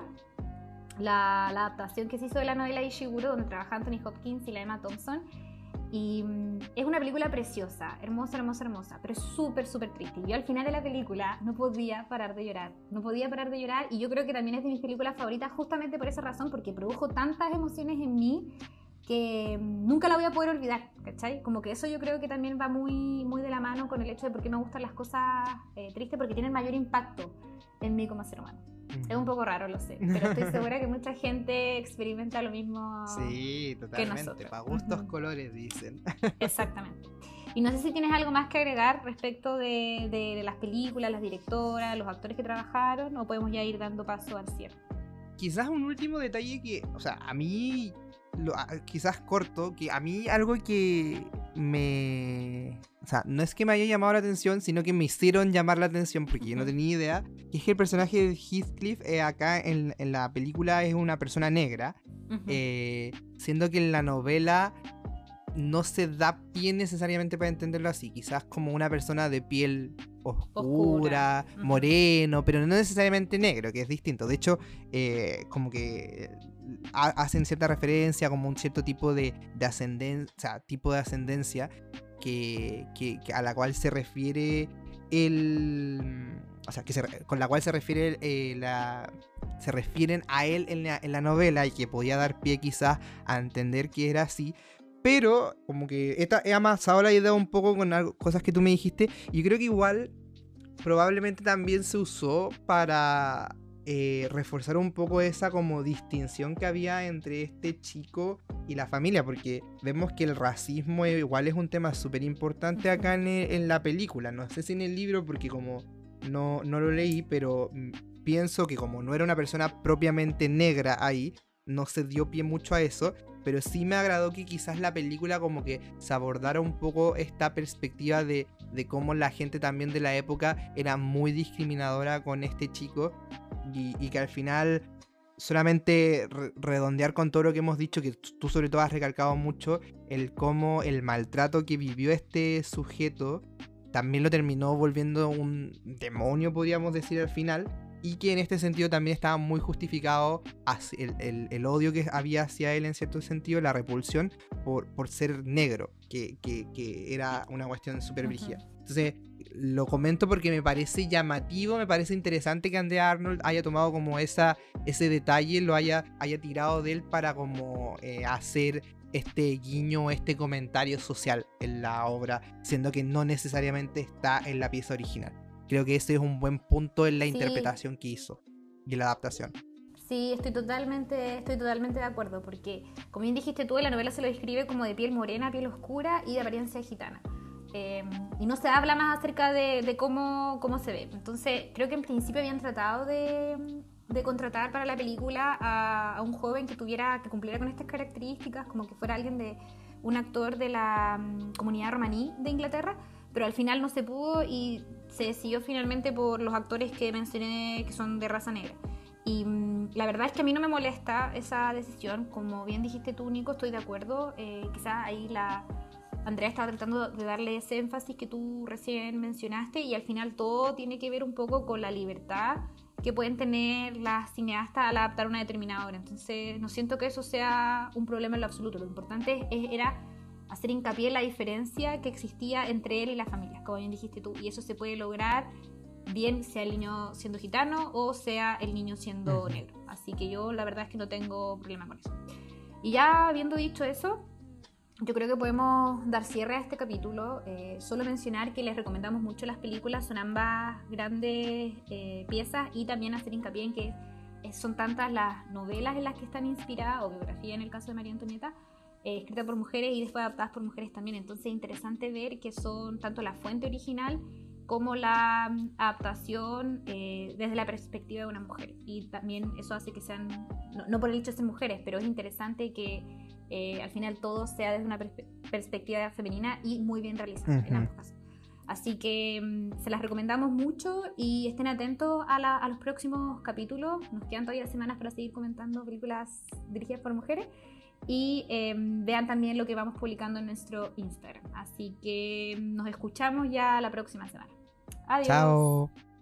la adaptación que se hizo de la novela Ishiguro, donde trabaja Anthony Hopkins y la Emma Thompson. Y es una película preciosa, hermosa, hermosa, hermosa, pero es súper, súper triste. Y yo al final de la película no podía parar de llorar, y yo creo que también es de mis películas favoritas justamente por esa razón, porque produjo tantas emociones en mí que nunca la voy a poder olvidar, ¿cachai? Como que eso yo creo que también va muy, muy de la mano con el hecho de por qué me gustan las cosas tristes, porque tienen mayor impacto en mí como ser humano. Es un poco raro, lo sé, pero estoy segura que mucha gente experimenta lo mismo. Sí, totalmente. Que nosotros. Para gustos colores, dicen. Exactamente. Y no sé si tienes algo más que agregar respecto de las películas, las directoras, los actores que trabajaron, o podemos ya ir dando paso al cierre. Quizás un último detalle que, o sea, a mí, quizás corto, que a mí algo que o sea, no es que me haya llamado la atención, sino que me hicieron llamar la atención porque yo no tenía idea, que es que el personaje de Heathcliff acá en la película es una persona negra, siendo que en la novela no se da pie necesariamente para entenderlo así, quizás como una persona de piel oscura, Oscura. Ujú. moreno, pero no necesariamente negro, que es distinto. De hecho, como que hacen cierta referencia como un cierto tipo de ascendencia, o sea, tipo de ascendencia a la cual se refiere el... O sea, con la cual se refiere se refieren a él en la novela y que podía dar pie quizás a entender que era así. Pero como que he amasado la idea un poco con cosas que tú me dijiste. Y creo que igual probablemente también se usó para reforzar un poco esa como distinción que había entre este chico y la familia, porque vemos que el racismo igual es un tema súper importante acá en la película. No sé si en el libro, porque como no lo leí, pero pienso que como no era una persona propiamente negra ahí, no se dio pie mucho a eso. Pero sí me agradó que quizás la película como que se abordara un poco esta perspectiva de cómo la gente también de la época era muy discriminadora con este chico y que al final solamente redondear con todo lo que hemos dicho, que tú sobre todo has recalcado mucho, el cómo el maltrato que vivió este sujeto también lo terminó volviendo un demonio, podríamos decir al final, y que en este sentido también estaba muy justificado el odio que había hacia él en cierto sentido, la repulsión por ser negro, que era una cuestión súper brígida. Entonces lo comento porque me parece llamativo, me parece interesante que Andrea Arnold haya tomado como ese detalle, lo haya tirado de él para como hacer este guiño, este comentario social en la obra, siendo que no necesariamente está en la pieza original. Creo que ese es un buen punto en la interpretación que hizo y en la adaptación. Sí, estoy totalmente de acuerdo, porque como bien dijiste tú, en la novela se lo describe como de piel morena, piel oscura y de apariencia gitana. Y no se habla más acerca de cómo se ve. Entonces, creo que en principio habían tratado de contratar para la película a un joven que cumpliera con estas características, como que fuera un actor de la comunidad romaní de Inglaterra, pero al final no se pudo y se decidió finalmente por los actores que mencioné que son de raza negra. Y la verdad es que a mí no me molesta esa decisión, como bien dijiste tú, Nico, estoy de acuerdo. Quizás ahí Andrea estaba tratando de darle ese énfasis que tú recién mencionaste, y al final todo tiene que ver un poco con la libertad que pueden tener las cineastas al adaptar una determinada obra. Entonces no siento que eso sea un problema en lo absoluto. Lo importante era hacer hincapié en la diferencia que existía entre él y las familias, como bien dijiste tú, y eso se puede lograr bien sea el niño siendo gitano o sea el niño siendo negro. Así que yo la verdad es que no tengo problema con eso. Y ya habiendo dicho eso, yo creo que podemos dar cierre a este capítulo. Solo mencionar que les recomendamos mucho las películas, son ambas grandes piezas, y también hacer hincapié en que son tantas las novelas en las que están inspiradas, o biografía en el caso de María Antonieta, escritas por mujeres y después adaptadas por mujeres también. Entonces es interesante ver que son tanto la fuente original como la adaptación desde la perspectiva de una mujer. Y también eso hace que sean, no por el hecho de ser mujeres, pero es interesante que al final todo sea desde una perspectiva femenina y muy bien realizada en ambos casos. Así que se las recomendamos mucho y estén atentos a los próximos capítulos. Nos quedan todavía semanas para seguir comentando películas dirigidas por mujeres. Y vean también lo que vamos publicando en nuestro Instagram. Así que nos escuchamos ya la próxima semana. Adiós. Chao.